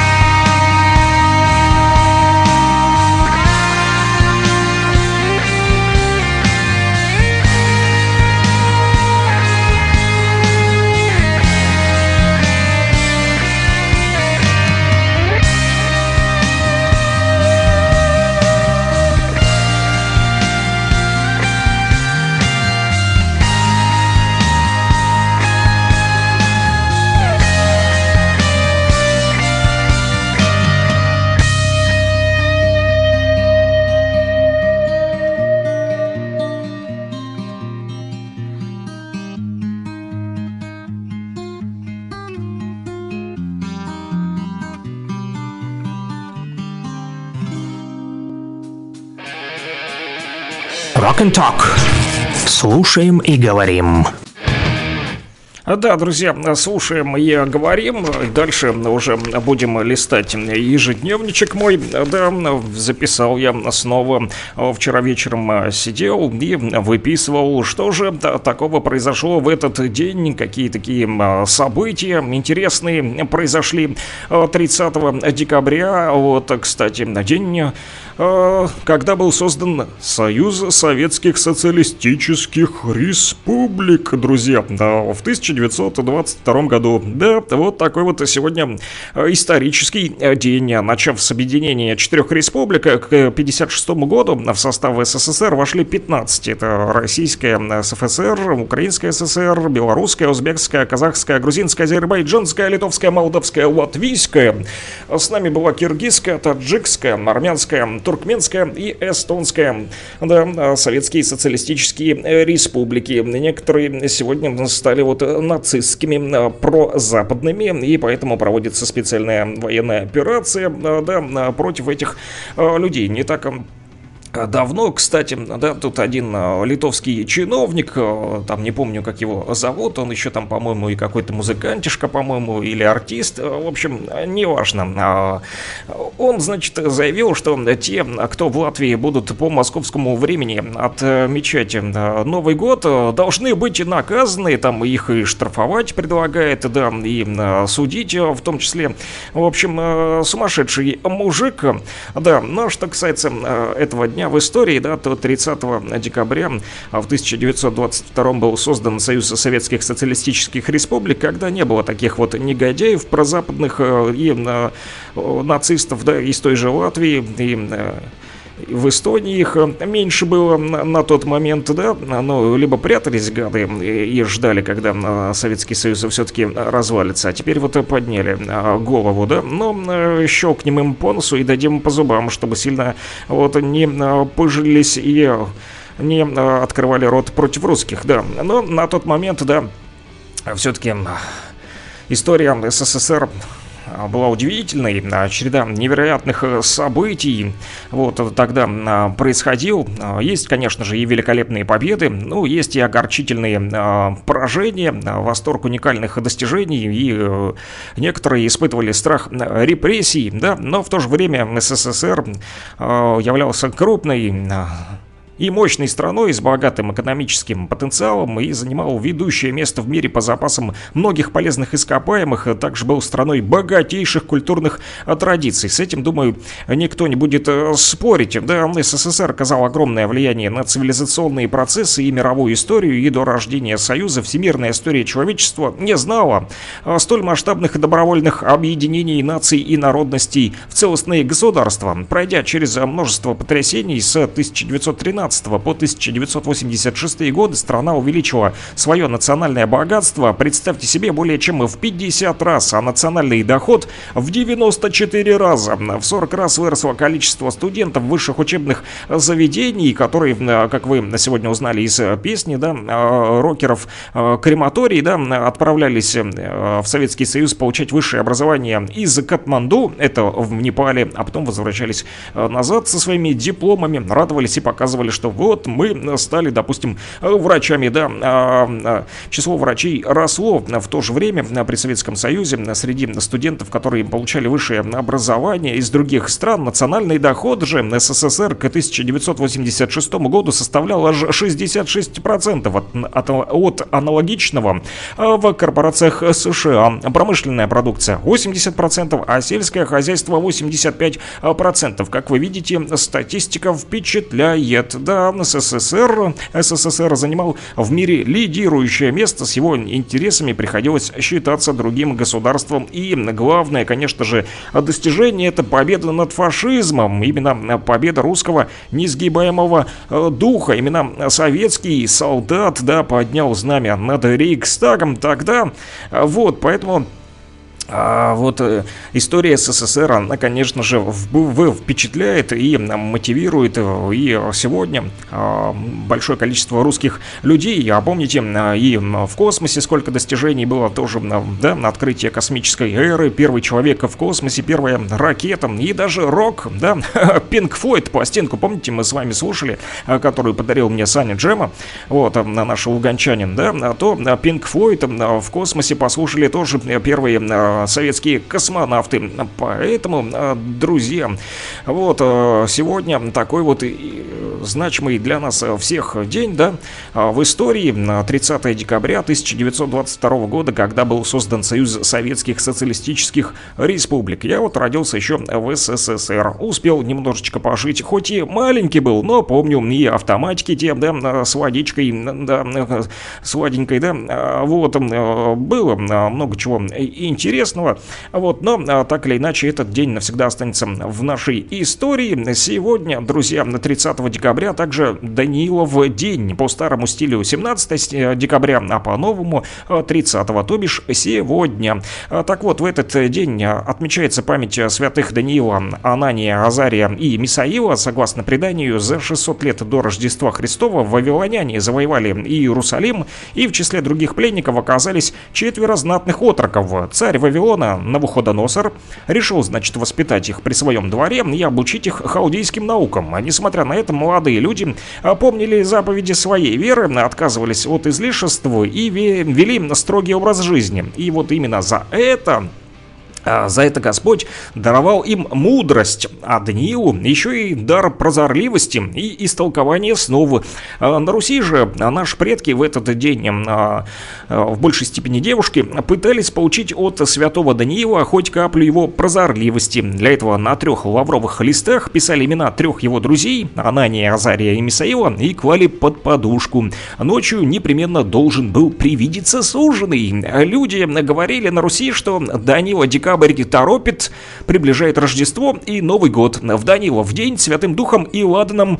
Rock and Talk. Слушаем и говорим. Да, друзья, слушаем и говорим. Дальше уже будем листать ежедневничек мой. Да, записал я снова. Вчера вечером сидел и выписывал, что же такого произошло в этот день, какие такие события интересные произошли тридцатого декабря. Вот, кстати, день, когда был создан Союз Советских Социалистических Республик, друзья, в тысяча девятьсот двадцать втором году. Да, вот такой вот сегодня исторический день. Начав с объединения четырех республик, к пятьдесят шестому году в состав СССР вошли пятнадцать. Это Российская СФСР, Украинская ССР, Белорусская, Узбекская, Казахская, Грузинская, Азербайджанская, Литовская, Молдавская, Латвийская. С нами была Киргизская, Таджикская, Армянская, Туркменская и Эстонская. Да, советские социалистические республики. Некоторые сегодня стали вот нацистскими, прозападными, и поэтому проводится специальная военная операция, да, против этих людей. Не так давно, кстати, да, тут один литовский чиновник, там не помню, как его зовут, он еще там, по-моему, и какой-то музыкантишка, по-моему, или артист, в общем, неважно. Он, значит, заявил, что те, кто в Латвии будут по московскому времени отмечать Новый год, должны быть наказаны, там их и штрафовать предлагает, да, и судить в том числе. В общем, сумасшедший мужик, да, но что касается этого дня в истории, да, то тридцатого декабря в тысяча девятьсот двадцать втором был создан Союз Советских Социалистических Республик, когда не было таких вот негодяев прозападных и нацистов, да, из той же Латвии, и в Эстонии их меньше было на, на тот момент, да, ну, либо прятались гады и, и ждали, когда Советский Союз все-таки развалится, а теперь вот подняли голову, да, но щелкнем им по носу и дадим по зубам, чтобы сильно вот не пыжились и не открывали рот против русских, да, но на тот момент, да, все-таки история СССР была удивительной, череда невероятных событий вот тогда происходил. Есть, конечно же, и великолепные победы, ну, есть и огорчительные поражения, восторг уникальных достижений, и некоторые испытывали страх репрессий, да, но в то же время СССР являлся крупной и мощной страной с богатым экономическим потенциалом и занимал ведущее место в мире по запасам многих полезных ископаемых, также был страной богатейших культурных традиций. С этим, думаю, никто не будет спорить. Да, СССР оказал огромное влияние на цивилизационные процессы и мировую историю, и до рождения Союза всемирная история человечества не знала столь масштабных и добровольных объединений наций и народностей в целостные государства. Пройдя через множество потрясений с тысяча девятьсот тринадцатого по тысяча девятьсот восемьдесят шестой годы страна увеличила свое национальное богатство, представьте себе, более чем в пятьдесят раз, а национальный доход в девяносто четыре раза. В сорок раз выросло количество студентов высших учебных заведений, которые, как вы сегодня узнали из песни, да, рокеров крематорий, да, отправлялись в Советский Союз получать высшее образование из Катманду, это в Непале, а потом возвращались назад со своими дипломами, радовались и показывали, что вот мы стали, допустим, врачами, да, число врачей росло. В то же время при Советском Союзе среди студентов, которые получали высшее образование из других стран, национальный доход же СССР к тысяча девятьсот восемьдесят шестому году составлял аж шестьдесят шесть процентов от, от, от аналогичного в корпорациях США. Промышленная продукция восемьдесят процентов, а сельское хозяйство восемьдесят пять процентов. Как вы видите, статистика впечатляет. Да, СССР, СССР занимал в мире лидирующее место, с его интересами приходилось считаться другим государством. И главное, конечно же, достижение — это победа над фашизмом. Именно победа русского несгибаемого духа. Именно советский солдат, да, поднял знамя над Рейхстагом тогда. Вот, поэтому... А вот э, история СССР, она, конечно же, в, в, впечатляет и мотивирует. И сегодня э, большое количество русских людей, а помните, э, и в космосе сколько достижений было тоже, э, да, на открытие космической эры, первый человек в космосе, первая ракета, и даже рок, да, Pink Floyd, пластинку, помните, мы с вами слушали, э, которую подарил мне Саня Джема, вот, э, наш луганчанин, да, то Pink Floyd э, в космосе послушали тоже первые э, советские космонавты. Поэтому, друзья, вот сегодня такой вот значимый для нас всех день, да, в истории, тридцатого декабря тысяча девятьсот двадцать второго года, когда был создан Союз Советских Социалистических Республик. Я вот родился еще в СССР, успел немножечко пожить, хоть и маленький был, но помню и автоматики те, да, с водичкой, да, сладенькой, да, вот, было много чего интересного. Вот, но так или иначе этот день навсегда останется в нашей истории. Сегодня, друзья, тридцатого декабря также Даниилов день. По старому стилю семнадцатого декабря, а по новому тридцатого, то бишь сегодня. Так вот, в этот день отмечается память святых Даниила, Анания, Азария и Мисаила. Согласно преданию, за шестьсот лет до Рождества Христова вавилоняне завоевали Иерусалим, и в числе других пленников оказались четверо знатных отроков. Царь Вавилон Вавилона Навуходоносор решил, значит, воспитать их при своем дворе и обучить их халдейским наукам. Несмотря на это, молодые люди помнили заповеди своей веры, отказывались от излишества и вели строгий образ жизни. И вот именно за это... За это Господь даровал им мудрость, а Даниилу еще и дар прозорливости и истолкования снов. На Руси же наши предки в этот день, в большей степени девушки, пытались получить от святого Даниила хоть каплю его прозорливости. Для этого на трех лавровых листах писали имена трех его друзей, Анания, Азария и Мисаила, и клали под подушку. Ночью непременно должен был привидеться суженый. Люди говорили на Руси, что Даниила декабрь торопит, приближает Рождество и Новый год. В Даниила в день Святым Духом и ладаном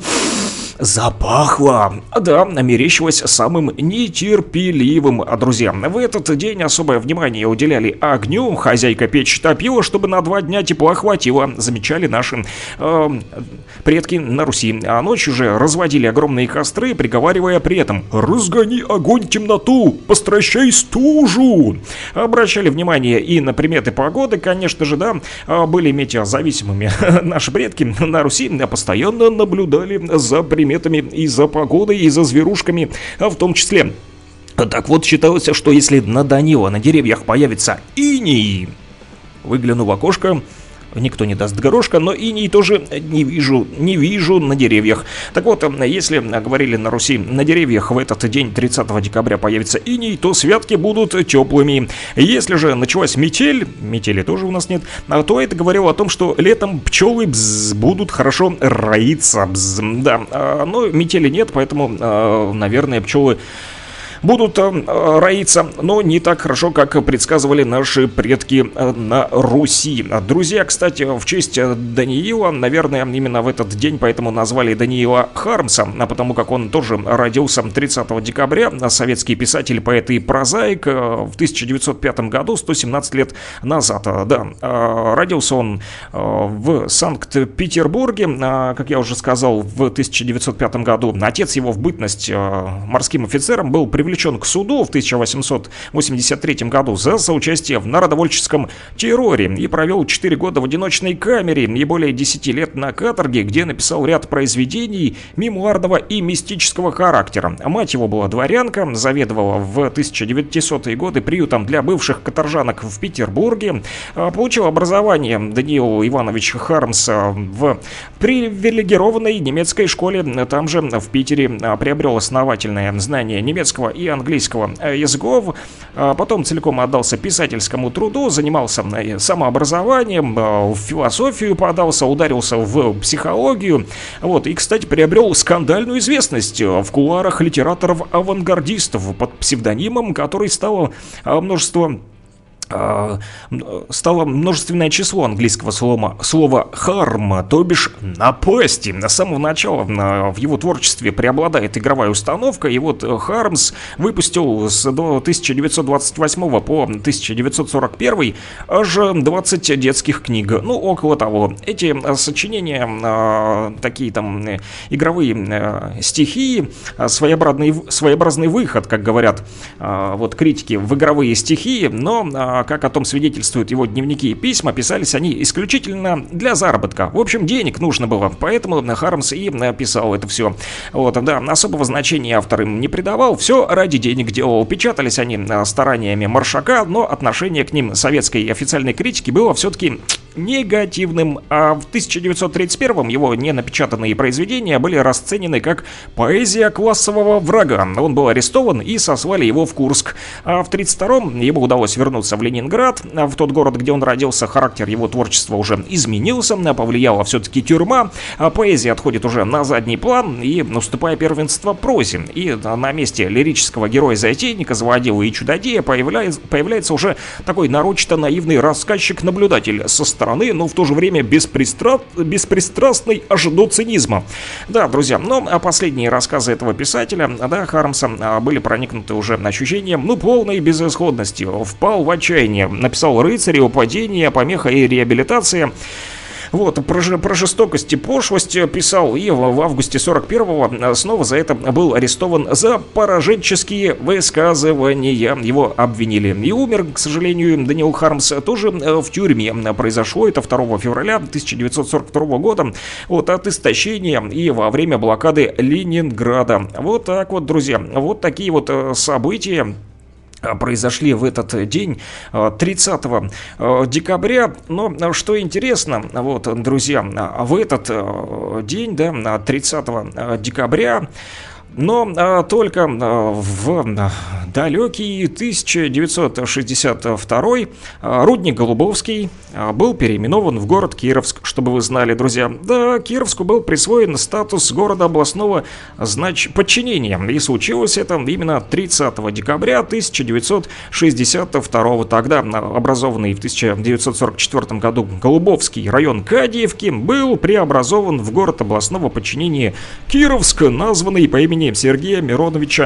запахло. Да, мерещилось самым нетерпеливым. Друзья, в этот день особое внимание уделяли огню. Хозяйка печь топила, чтобы на два дня тепла хватило. Замечали наши э, предки на Руси. А ночью же разводили огромные костры, приговаривая при этом: «Разгони огонь, темноту, постращай стужу». Обращали внимание и на приметы погоды, конечно же, да. Были метеозависимыми наши предки на Руси, постоянно наблюдали за приметами и за погодой, и за зверушками, а в том числе. Так вот, считалось, что если на Даниила на деревьях появится иней, выгляну в окошко, никто не даст горошка, но иней тоже не вижу, не вижу на деревьях. Так вот, если говорили на Руси, на деревьях в этот день, тридцатого декабря, появится иней, то святки будут теплыми. Если же началась метель, метели тоже у нас нет, то это говорило о том, что летом пчелы бз, будут хорошо роиться. Бз, да, но метели нет, поэтому, наверное, пчелы будут э, роиться, но не так хорошо, как предсказывали наши предки э, на Руси. Друзья, кстати, в честь Даниила, наверное, именно в этот день поэтому назвали Даниила Хармса, а потому как он тоже родился тридцатого декабря, советский писатель, поэт и прозаик, э, в тысяча девятьсот пятом году, сто семнадцать лет назад. Да, э, родился он э, в Санкт-Петербурге, э, как я уже сказал, в тысяча девятьсот пятом году. Отец его в бытность э, морским офицером был привлечен к суду в тысяча восемьсот восемьдесят третьем году за соучастие в народовольческом терроре и провел четыре года в одиночной камере и более десяти лет на каторге, где написал ряд произведений мемуарного и мистического характера. Мать его была дворянка, заведовала в тысяча девятисотые годы приютом для бывших каторжанок в Петербурге. Получил образование Даниил Иванович Хармс в привилегированной немецкой школе, там же в Питере, приобрел основательное знание немецкого и английского языков, потом целиком отдался писательскому труду, занимался самообразованием, в философию подался, ударился в психологию, вот, и, кстати, приобрел скандальную известность в кулуарах литераторов-авангардистов под псевдонимом, который стало множество стало множественное число английского слова, слова «харм», то бишь «напасти». С самого начала в его творчестве преобладает игровая установка, и вот Хармс выпустил с тысяча девятьсот двадцать восьмого по тысяча девятьсот сорок первый аж двадцать детских книг, ну, около того. Эти сочинения, такие там игровые стихи, своеобразный, своеобразный выход, как говорят вот критики, в игровые стихи, но как о том свидетельствуют его дневники и письма, писались они исключительно для заработка. В общем, денег нужно было, поэтому Хармс и написал это все. Вот, да, особого значения автор им не придавал, все ради денег делал. Печатались они стараниями Маршака, но отношение к ним советской официальной критики было все-таки негативным. А в тысяча девятьсот тридцать первом его ненапечатанные произведения были расценены как поэзия классового врага. Он был арестован и сослали его в Курск. А в тридцать втором ему удалось вернуться в Ленинград, в тот город, где он родился. Характер его творчества уже изменился, повлияла все-таки тюрьма. А поэзия отходит уже на задний план и наступая первенство прозе. И на месте лирического героя-затейника, злодея и чудодея появляется, появляется уже такой нарочито наивный рассказчик-наблюдатель со стороны, но в то же время беспристра... беспристрастный аж до цинизма. Да, друзья, но последние рассказы этого писателя, да, Хармса, были проникнуты уже ощущением, ну, полной безысходности. Впал в отчаяние. Написал «Рыцари», «Упадение», «Помеха» и «Реабилитация». Вот, про, ж- про жестокость и пошлость писал, и в, в августе сорок первого снова за это был арестован за пораженческие высказывания. Его обвинили. И умер, к сожалению, Даниил Хармс тоже в тюрьме. Произошло это второго февраля тысяча девятьсот сорок второго года вот, от истощения и во время блокады Ленинграда. Вот так вот, друзья, вот такие вот события произошли в этот день, тридцатого декабря. Но что интересно, вот, друзья, в этот день, да, тридцатого декабря, но а, только а, в далекий тысяча девятьсот шестьдесят второй а, рудник Голубовский а, был переименован в город Кировск, чтобы вы знали, друзья. Да, Кировску был присвоен статус города областного знач... подчинения. И случилось это именно тридцатого декабря тысяча девятьсот шестьдесят второго. Тогда образованный в тысяча девятьсот сорок четвёртом году Голубовский район Кадиевки был преобразован в город областного подчинения Кировск, названный по имени Сергея Мироновича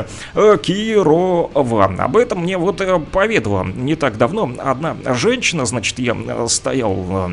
Кирова. Об этом мне вот поведала не так давно одна женщина. Значит, я стоял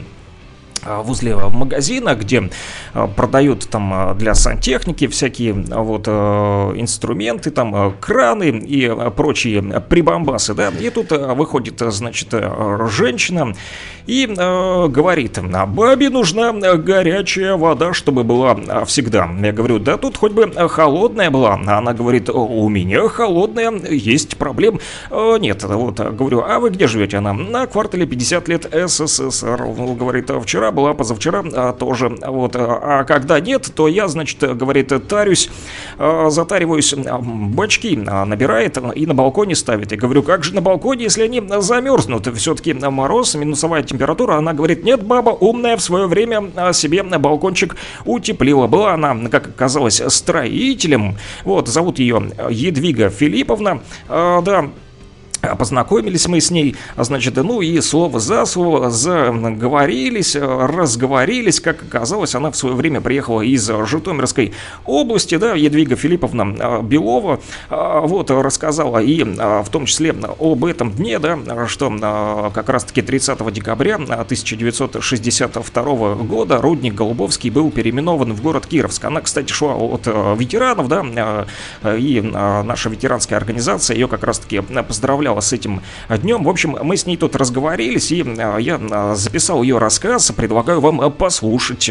возле магазина, где продают там для сантехники всякие вот инструменты, там краны и прочие прибамбасы, да, и тут выходит, значит, женщина и э, говорит: бабе нужна горячая вода, чтобы была всегда. Я говорю: да тут хоть бы холодная была. Она говорит: у меня холодная, есть проблем э, нет. Вот, говорю: а вы где живете? Она: на квартале пятьдесят лет СССР. Говорит: вчера была, позавчера а, тоже. Вот, а когда нет, то я, значит, говорит, тарюсь, а, затариваюсь, а, бачки а, набирает и на балконе ставит. Я говорю: как же на балконе, если они замерзнут? Все-таки мороз, минусовая температура. Она говорит: нет, баба умная, в свое время себе балкончик утеплила. Была она, как оказалось, строителем. Вот, зовут ее Едвига Филипповна. А, да. Познакомились мы с ней, значит, ну и слово за слово заговорились, разговорились. Как оказалось, она в свое время приехала из Житомирской области, да, Едвига Филипповна Белова, вот, рассказала и в том числе об этом дне, да, что как раз-таки тридцатого декабря тысяча девятьсот шестьдесят второго года рудник Голубовский был переименован в город Кировск. Она, кстати, шла от ветеранов, да, и наша ветеранская организация ее как раз-таки поздравляла с этим днем. В общем, мы с ней тут разговорились, и я записал ее рассказ, предлагаю вам послушать.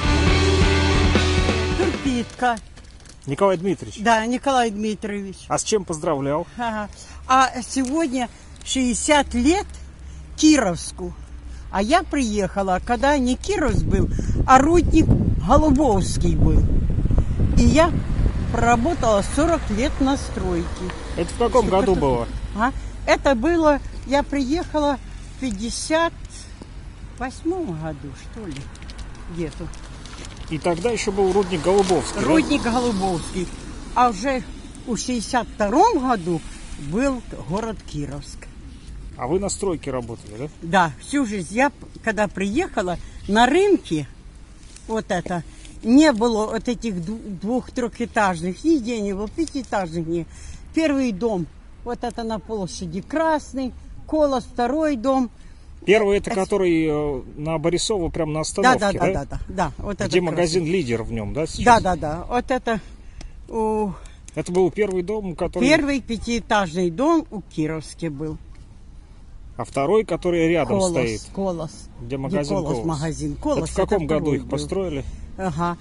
Турпитка. Николай Дмитриевич. Да, Николай Дмитриевич. А с чем поздравлял? Ага. А сегодня шестьдесят лет Кировску. А я приехала, когда не Кировск был, а рудник Голубовский был. И я проработала сорок лет на стройке. Это в каком Все году было? А? Это было, я приехала в пятьдесят восьмом году, что ли, где-то. И тогда еще был рудник Голубовский. Рудник да? Голубовский. А уже в шестьдесят втором году был город Кировск. А вы на стройке работали, да? Да, всю жизнь. Я, когда приехала, на рынке, вот это, не было вот этих двух-трехэтажных, нигде не было, пятиэтажных не. Первый дом. Вот это на площади Красный, Колос, второй дом. Первый это, это... который э, на Борисова, прямо на остановке, да? Да, да, да, да. да, вот где это магазин Красный. «Лидер» в нем, да? Сейчас? Да, да, да. Вот это... У... Это был первый дом, который... Первый пятиэтажный дом у Кировске был. А второй, который рядом Колос, стоит? Колос. Где магазин Колос? Колос. Магазин Колос. Это в каком это году их был. построили? Ага.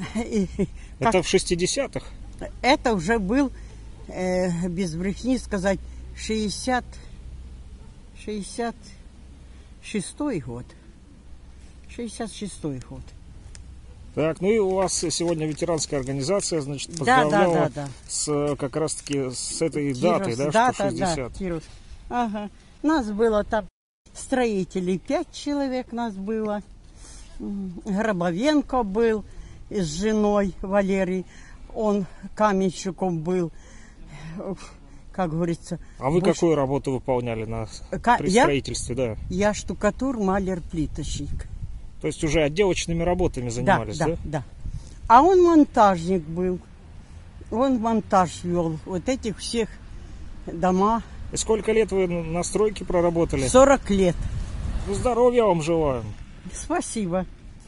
Это как... в шестидесятых? Это уже был, э, без брехни сказать, шестьдесят, шестьдесят шестой год. шестьдесят шестой год. Так, ну и у вас сегодня ветеранская организация, значит, поздравляла да, да, да, да. с как раз-таки с этой Кировск, датой, да, дата, что шестьдесят. Да, Кировск. Ага. Нас было там строителей, пять человек нас было. Гробовенко был с женой Валерий, он каменщиком был, как говорится. А вы больше... какую работу выполняли на К... при я? строительстве, да? Я штукатур, маляр, плиточник. То есть уже отделочными работами занимались, да? Да, да, да. А он монтажник был. Он монтаж вел вот этих всех дома. И сколько лет вы на стройке проработали? сорок лет. Ну, здоровья вам желаем. Спасибо.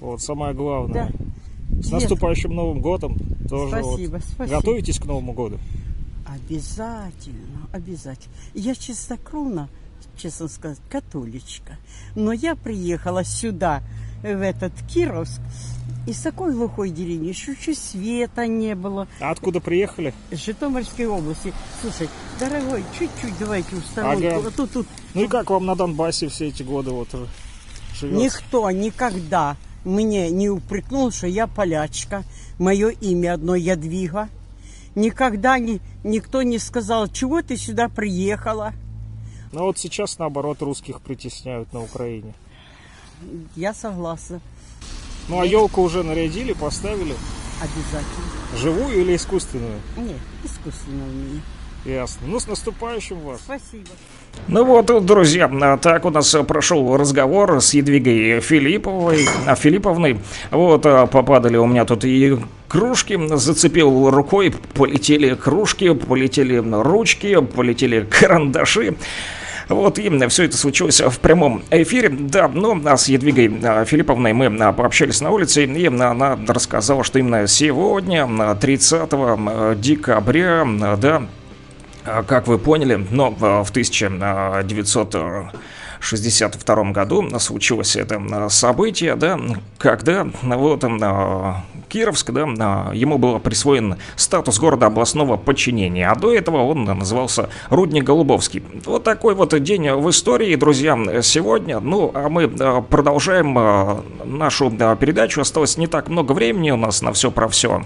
Вот, самое главное. Да. С наступающим Новым годом. Тоже Спасибо, вот. спасибо. Готовитесь к Новому году? Обязательно, обязательно. Я чистокровна, честно сказать, католичка. Но я приехала сюда, в этот Кировск, из такой глухой деревни, еще чуть света не было. А откуда приехали? Из Житомирской области. Слушай, дорогой, чуть-чуть давайте в сторонку. Ага. Вот тут, тут. Ну и как вам на Донбассе все эти годы вот живется? Никто никогда мне не упрекнул, что я полячка. Мое имя одно Ядвига. Никогда не, никто не сказал, чего ты сюда приехала. Ну вот сейчас, наоборот, русских притесняют на Украине. Я согласна. Ну а елку уже нарядили, поставили? Обязательно. Живую или искусственную? Нет, искусственную у меня. Ясно. Ну, с наступающим вас. Спасибо. Ну вот, друзья, так у нас прошел разговор с Едвигой Филипповой, Филипповной. Вот, попадали у меня тут и кружки, зацепил рукой, полетели кружки, полетели ручки, полетели карандаши. Вот, и все это случилось в прямом эфире. Да, ну, а с Едвигой Филипповной мы пообщались на улице, и она рассказала, что именно сегодня, тридцатого декабря, да, как вы поняли, но в тысяча девятьсот шестьдесят втором году случилось это событие, да, когда вот Кировск, да, ему был присвоен статус города областного подчинения, а до этого он назывался Рудник-Голубовский. Вот такой вот день в истории, друзья, сегодня. Ну, а мы продолжаем нашу передачу. Осталось не так много времени у нас на все про все.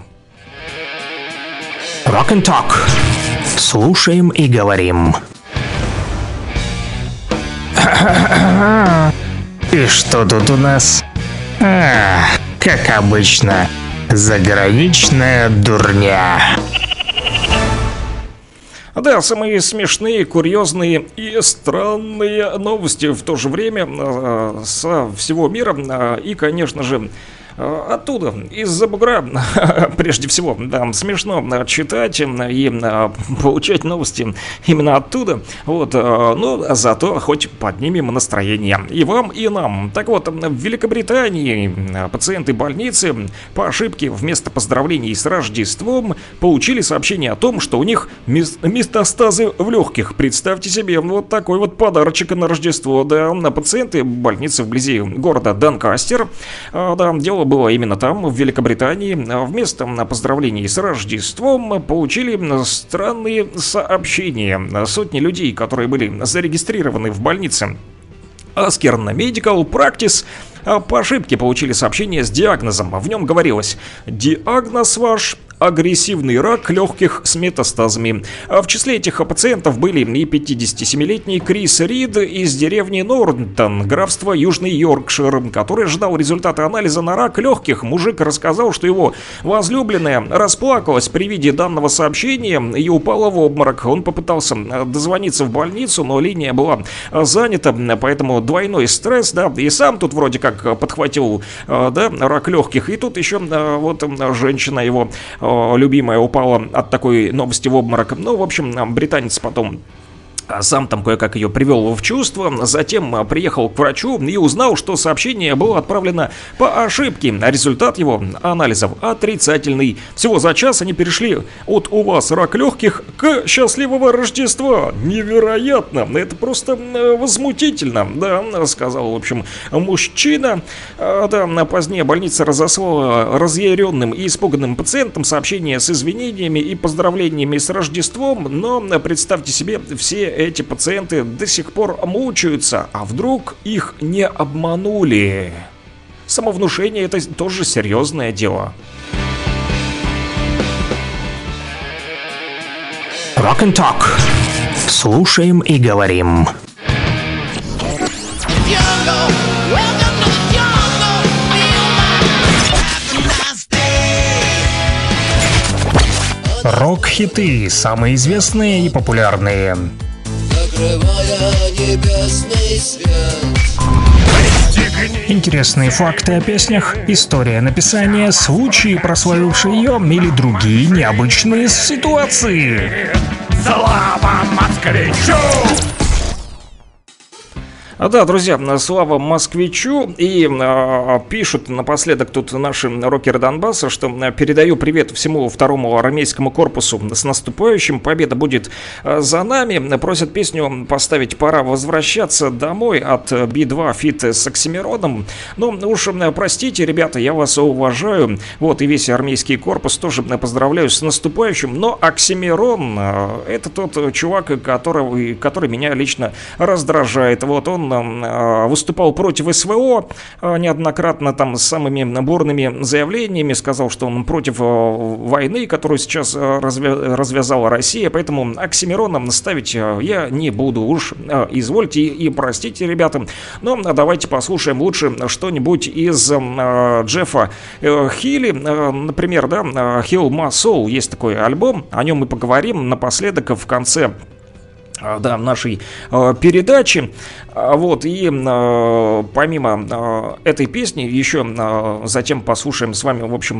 Rock and Talk. Слушаем и говорим. И что тут у нас? А, как обычно, заграничная дурня. Да, самые смешные, курьезные и странные новости в то же время э, со всего мира. И, конечно же, оттуда, из-за бугра, прежде всего, да, смешно читать и получать новости именно оттуда, вот, но зато хоть поднимем настроение и вам, и нам. Так вот, в Великобритании пациенты больницы по ошибке вместо поздравлений с Рождеством получили сообщение о том, что у них метастазы в легких. Представьте себе, вот такой вот подарочек на Рождество, да, на пациенты больницы вблизи города Донкастер, да, дело было именно там, в Великобритании. Вместо поздравлений с Рождеством получили странные сообщения. Сотни людей, которые были зарегистрированы в больнице Askern Medical Practice, по ошибке получили сообщение с диагнозом. В нем говорилось: диагноз ваш — агрессивный рак легких с метастазами. В числе этих пациентов были и пятидесятисемилетний Крис Рид из деревни Нортон, графство Южный Йоркшир, который ждал результаты анализа на рак легких. Мужик рассказал, что его возлюбленная расплакалась при виде данного сообщения и упала в обморок. Он попытался дозвониться в больницу, но линия была занята, поэтому двойной стресс, да, и сам тут вроде как подхватил, да, рак легких, и тут еще вот женщина его любимая упала от такой новости в обморок. Ну, в общем, британец потом сам там кое-как ее привел в чувство, затем приехал к врачу и узнал, что сообщение было отправлено по ошибке. Результат его анализов отрицательный. Всего за час они перешли от «у вас рак легких» к «счастливого Рождества». Невероятно! Это просто возмутительно, да, сказал, в общем, мужчина. Да, позднее больница разослала разъяренным и испуганным пациентам сообщения с извинениями и поздравлениями с Рождеством, но представьте себе, все эти пациенты до сих пор мучаются, а вдруг их не обманули? Самовнушение — это тоже серьезное дело. Rock and Talk. Слушаем и говорим. Рок-хиты, самые известные и популярные. Интересные факты о песнях, история написания, случаи, прославившие ее, или другие необычные ситуации. Слава москвичу! А, да, друзья, слава москвичу. И э, пишут напоследок тут наши рокеры Донбасса, что передаю привет всему второму армейскому корпусу с наступающим. Победа будет э, за нами. Просят песню поставить «Пора возвращаться домой» от би два фит с Оксимироном. Ну, уж простите, ребята, я вас уважаю. Вот, и весь армейский корпус тоже поздравляю с наступающим. Но Оксимирон э, это тот чувак, который, который меня лично раздражает. Вот, он выступал против СВО неоднократно там с самыми бурными заявлениями, сказал, что он против войны, которую сейчас развязала Россия, поэтому Оксимирона ставить я не буду, уж извольте и простите, ребята. Но давайте послушаем лучше что-нибудь из Джеффа Хилли, например, да, Heal My Soul, есть такой альбом, о нем мы поговорим напоследок в конце, да, нашей э, передачи. Вот, и э, помимо э, этой песни еще э, затем послушаем с вами, в общем,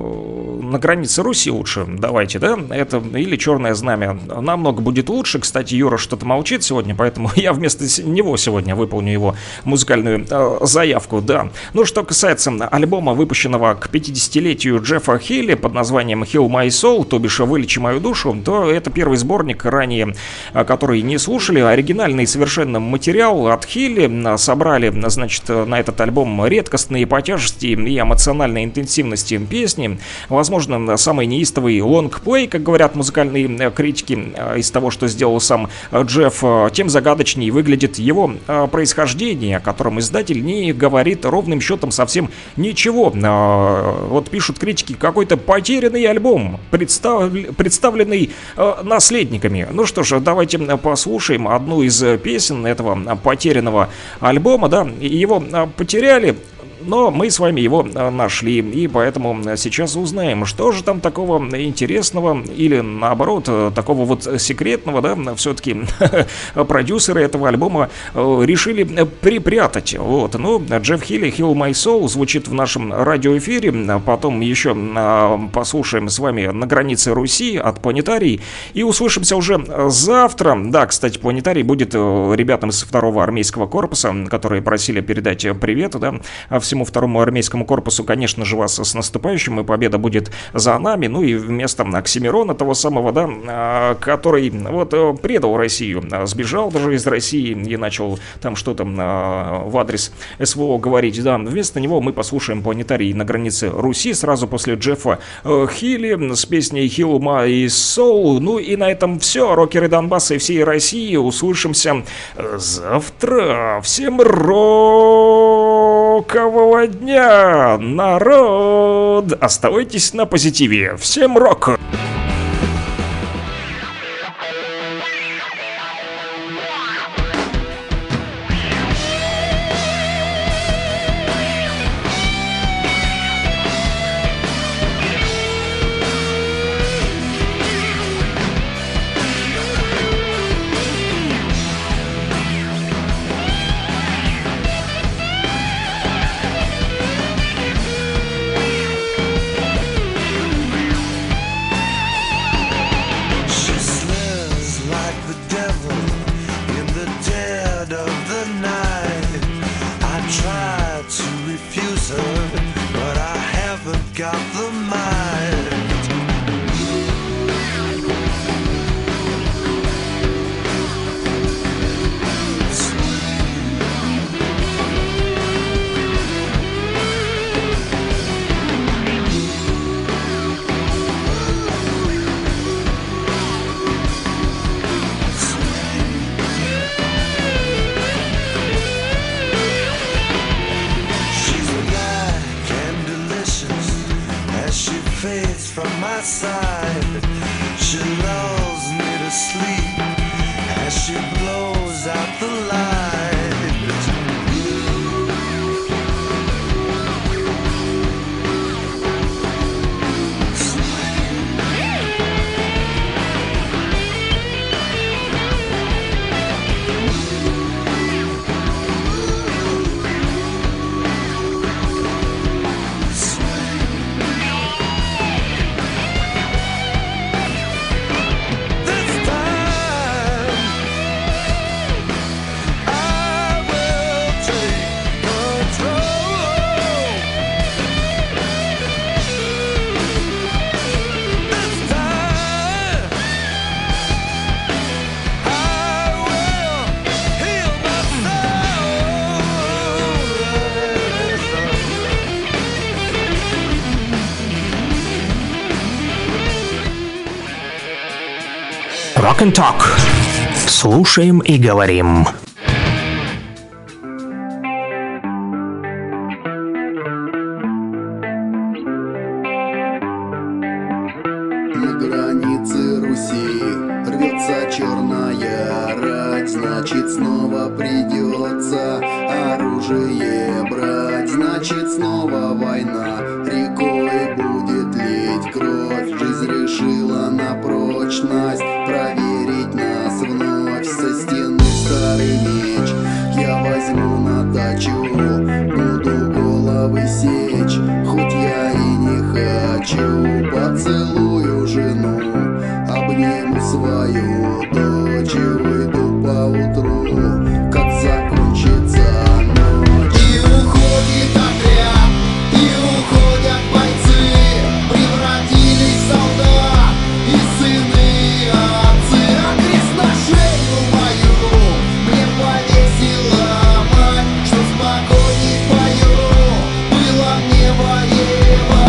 э, «На границе Руси» лучше, давайте, да, это или «Черное знамя». Намного будет лучше. Кстати, Юра что-то молчит сегодня, поэтому я вместо него сегодня выполню его музыкальную э, заявку, да. Ну, что касается альбома, выпущенного к пятидесятилетию Джеффа Хилли под названием «Heal My Soul», то бишь «Вылечи мою душу», то это первый сборник, ранее, который не слушали, оригинальный совершенно материал от Хилли. Собрали, значит, на этот альбом редкостные по тяжести и эмоциональной интенсивности песни. Возможно, самый неистовый лонгплей, как говорят музыкальные критики, из того, что сделал сам Джефф, тем загадочнее выглядит его происхождение, о котором издатель не говорит ровным счетом совсем ничего. Вот пишут критики, какой-то потерянный альбом, представ... представленный наследниками. Ну что ж, давайте послушаем одну из песен этого потерянного альбома, да, его потеряли, но мы с вами его нашли, и поэтому сейчас узнаем, что же там такого интересного или, наоборот, такого вот секретного, да, все-таки продюсеры этого альбома решили припрятать. Вот, ну, Джефф Хилли, «Heal My Soul» звучит в нашем радиоэфире, потом еще послушаем с вами «На границе Руси» от «Планетарий», и услышимся уже завтра. Да, кстати, «Планетарий» будет ребятам из второго армейского корпуса, которые просили передать привет, да, всему второму армейскому корпусу, конечно же, вас с наступающим, и победа будет за нами. Ну и вместо Оксимирона, того самого, да, который вот предал Россию, сбежал даже из России и начал там что-то в адрес СВО говорить, да, вместо него мы послушаем «Планетарий на границе Руси» сразу после Джеффа Хилли с песней «Heal My Soul». Ну и на этом все. Рокеры Донбасса и всей России. Услышимся завтра. Всем рокового дня, народ! Оставайтесь на позитиве. Всем рок! Rock and Talk. Слушаем и говорим. На границе Руси рвется черная рать, значит снова придется оружие брать, значит снова война рекой будет лить кровь. Жизнь решила на прочность проверить нас вновь. Со стены старый меч я возьму на дачу, буду головы сечь, хоть я и не хочу. Поцелую жену, обниму свою дочь и выйду поутру, как закончится ночь. И уходит отряд, и уходят бойцы, превратились в солдат и сыны отцы. А крест на шею мою мне повесила мать, что спокойней пою, было мне воевать.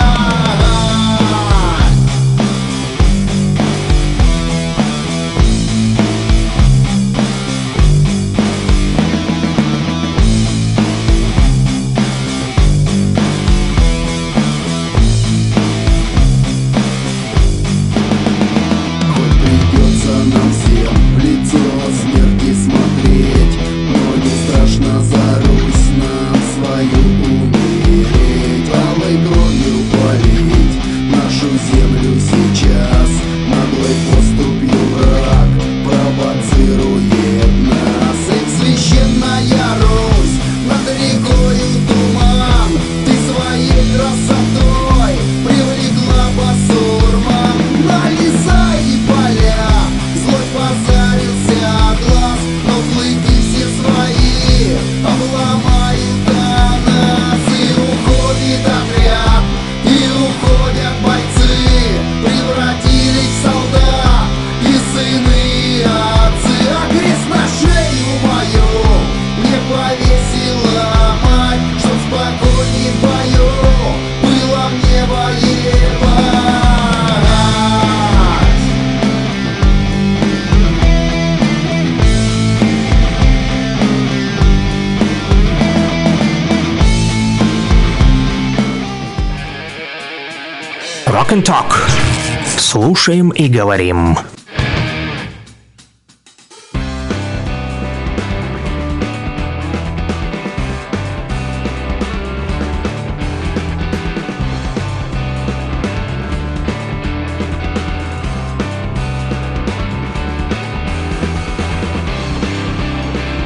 Придется нам всем в лицо смерти смотреть, но не страшно за Русь нам свою умереть. Алой кровью полить нашу землю сейчас, наглой поступью враг провоцирует нас. И священная Русь над рекою туман, ты своей красотой привлекла басурман. На леса и поля злой позарился глаз, но клыки все свои обломают до нас. И уходит отряд, и уходят бойцы, превратились в солдат и сыны отцы. А крест на шею мою мне повесила мать, чтоб спокойней в бою было мне воевать. Rock and Talk. Слушаем и говорим.